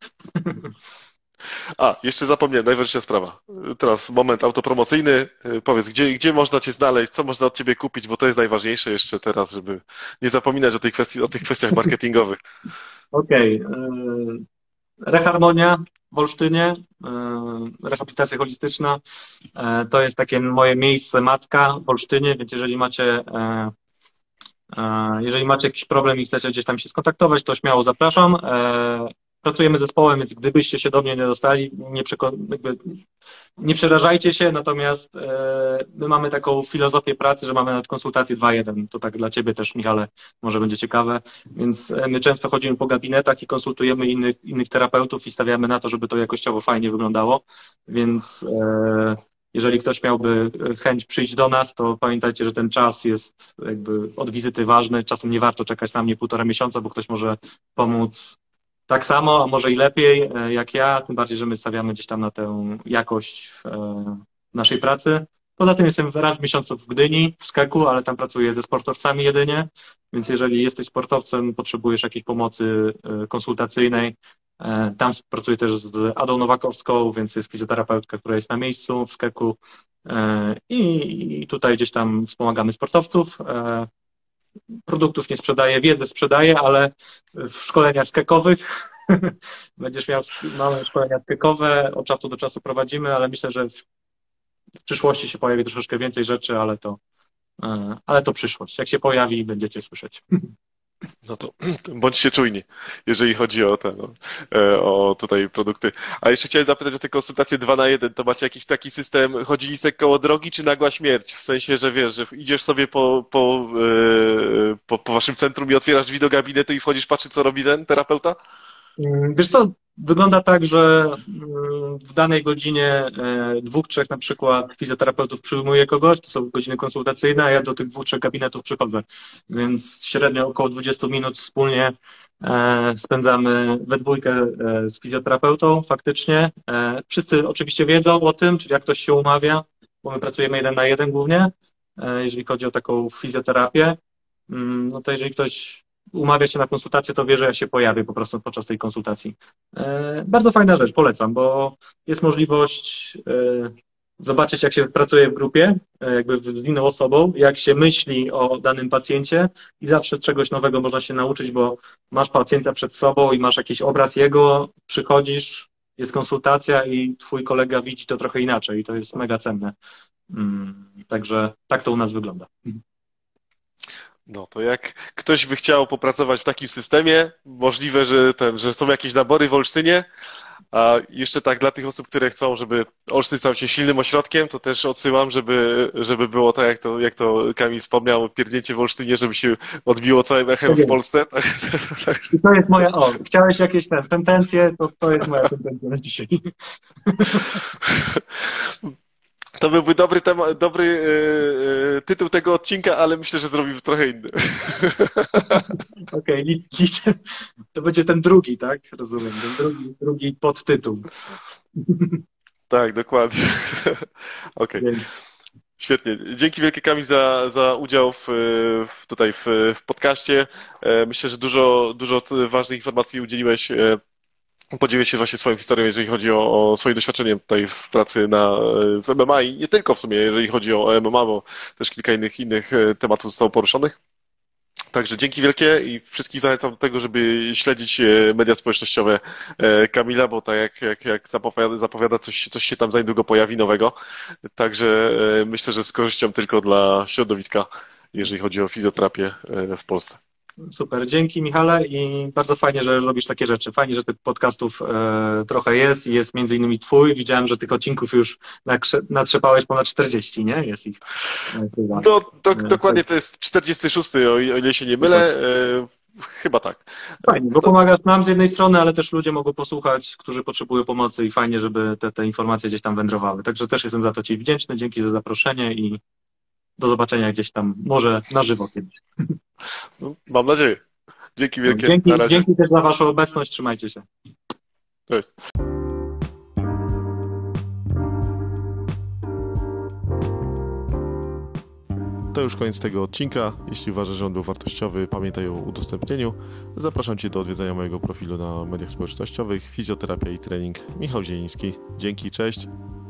A, jeszcze zapomniałem, najważniejsza sprawa. Teraz moment autopromocyjny. Powiedz, gdzie, gdzie można Cię znaleźć, co można od Ciebie kupić, bo to jest najważniejsze jeszcze teraz, żeby nie zapominać o tej kwestii, o tych kwestiach marketingowych. Okej. Okay. Reharmonia w Olsztynie, e, rehabilitacja holistyczna. E, to jest takie moje miejsce matka w Olsztynie, więc jeżeli macie e, Jeżeli macie jakiś problem i chcecie gdzieś tam się skontaktować, to śmiało zapraszam. Pracujemy z zespołem, więc gdybyście się do mnie nie dostali, nie, jakby nie przerażajcie się, natomiast my mamy taką filozofię pracy, że mamy nawet konsultacje dwa jeden. To tak dla Ciebie też, Michale, może będzie ciekawe. Więc my często chodzimy po gabinetach i konsultujemy innych, innych terapeutów i stawiamy na to, żeby to jakościowo fajnie wyglądało. Więc jeżeli ktoś miałby chęć przyjść do nas, to pamiętajcie, że ten czas jest jakby od wizyty ważny. Czasem nie warto czekać na mnie półtora miesiąca, bo ktoś może pomóc tak samo, a może i lepiej jak ja, tym bardziej, że my stawiamy gdzieś tam na tę jakość naszej pracy. Poza tym jestem raz w miesiącu w Gdyni, w Skeku, ale tam pracuję ze sportowcami jedynie, więc jeżeli jesteś sportowcem, potrzebujesz jakiejś pomocy konsultacyjnej, tam pracuję też z Adą Nowakowską, więc jest fizjoterapeutka, która jest na miejscu w Skeku i tutaj gdzieś tam wspomagamy sportowców. Produktów nie sprzedaję, wiedzę sprzedaję, ale w szkoleniach skekowych będziesz miał małe szkolenia skekowe, od czasu do czasu prowadzimy, ale myślę, że w, w przyszłości się pojawi troszeczkę więcej rzeczy, ale to, ale to przyszłość. Jak się pojawi, będziecie słyszeć. No to bądźcie czujni, jeżeli chodzi o te, no, o tutaj produkty. A jeszcze chciałem zapytać o te konsultacje dwa na jeden. To macie jakiś taki system, chodzi listek koło drogi, czy nagła śmierć? W sensie, że wiesz, że idziesz sobie po, po, po, po waszym centrum i otwierasz drzwi do gabinetu i wchodzisz, patrzysz, co robi ten terapeuta? Wiesz co, wygląda tak, że w danej godzinie dwóch, trzech na przykład fizjoterapeutów przyjmuje kogoś, to są godziny konsultacyjne, a ja do tych dwóch, trzech gabinetów przychodzę, więc średnio około dwadzieścia minut wspólnie spędzamy we dwójkę z fizjoterapeutą faktycznie. Wszyscy oczywiście wiedzą o tym, czyli jak ktoś się umawia, bo my pracujemy jeden na jeden głównie, jeżeli chodzi o taką fizjoterapię, no to jeżeli ktoś umawia się na konsultację, to wie, że ja się pojawię po prostu podczas tej konsultacji. Bardzo fajna rzecz, polecam, bo jest możliwość zobaczyć, jak się pracuje w grupie, jakby z inną osobą, jak się myśli o danym pacjencie i zawsze czegoś nowego można się nauczyć, bo masz pacjenta przed sobą i masz jakiś obraz jego, przychodzisz, jest konsultacja i twój kolega widzi to trochę inaczej i to jest mega cenne. Także tak to u nas wygląda. No to jak ktoś by chciał popracować w takim systemie, możliwe, że, ten, że są jakieś nabory w Olsztynie, a jeszcze tak dla tych osób, które chcą, żeby Olsztyn stał się silnym ośrodkiem, to też odsyłam, żeby, żeby było tak, jak to, jak to Kamil wspomniał, pierdnięcie w Olsztynie, żeby się odbiło całym echem w Polsce. I to jest moja, o, chciałeś jakieś ten, tendencje, to to jest moja tendencja na dzisiaj. To byłby dobry, temat, dobry yy, tytuł tego odcinka, ale myślę, że zrobimy trochę inny. Okej, okay, liczę. To będzie ten drugi, tak? Rozumiem. Ten drugi, drugi podtytuł. Tak, dokładnie. Okej. Okay. Świetnie. Dzięki wielkie, Kamil, za, za udział w, w, tutaj w, w podcaście. Myślę, że dużo, dużo ważnych informacji udzieliłeś. Podzieliłeś się właśnie swoją historią, jeżeli chodzi o, o swoje doświadczenie tutaj w pracy na, w M M A i nie tylko w sumie, jeżeli chodzi o M M A, bo też kilka innych, innych tematów zostało poruszonych. Także dzięki wielkie i wszystkich zachęcam do tego, żeby śledzić media społecznościowe Kamila, bo tak jak, jak, jak zapowiada, zapowiada coś, coś się tam za niedługo pojawi nowego. Także myślę, że z korzyścią tylko dla środowiska, jeżeli chodzi o fizjoterapię w Polsce. Super, dzięki Michale i bardzo fajnie, że robisz takie rzeczy. Fajnie, że tych podcastów e, trochę jest i jest między innymi twój. Widziałem, że tych odcinków już natrzepałeś ponad czterdzieści, nie? Jest ich. No, do, dokładnie to jest czterdziesty szósty, o ile się nie mylę. E, chyba tak. Fajnie, bo pomagasz nam z jednej strony, ale też ludzie mogą posłuchać, którzy potrzebują pomocy i fajnie, żeby te, te informacje gdzieś tam wędrowały. Także też jestem za to Ci wdzięczny. Dzięki za zaproszenie i do zobaczenia gdzieś tam, może na żywo kiedyś. No, mam nadzieję. Dzięki wielkie. Dzięki, na razie. Dzięki też za Waszą obecność. Trzymajcie się. Cześć. To już koniec tego odcinka. Jeśli uważasz, że on był wartościowy, pamiętaj o udostępnieniu. Zapraszam Cię do odwiedzenia mojego profilu na mediach społecznościowych. Fizjoterapia i trening. Michał Zieliński. Dzięki, cześć.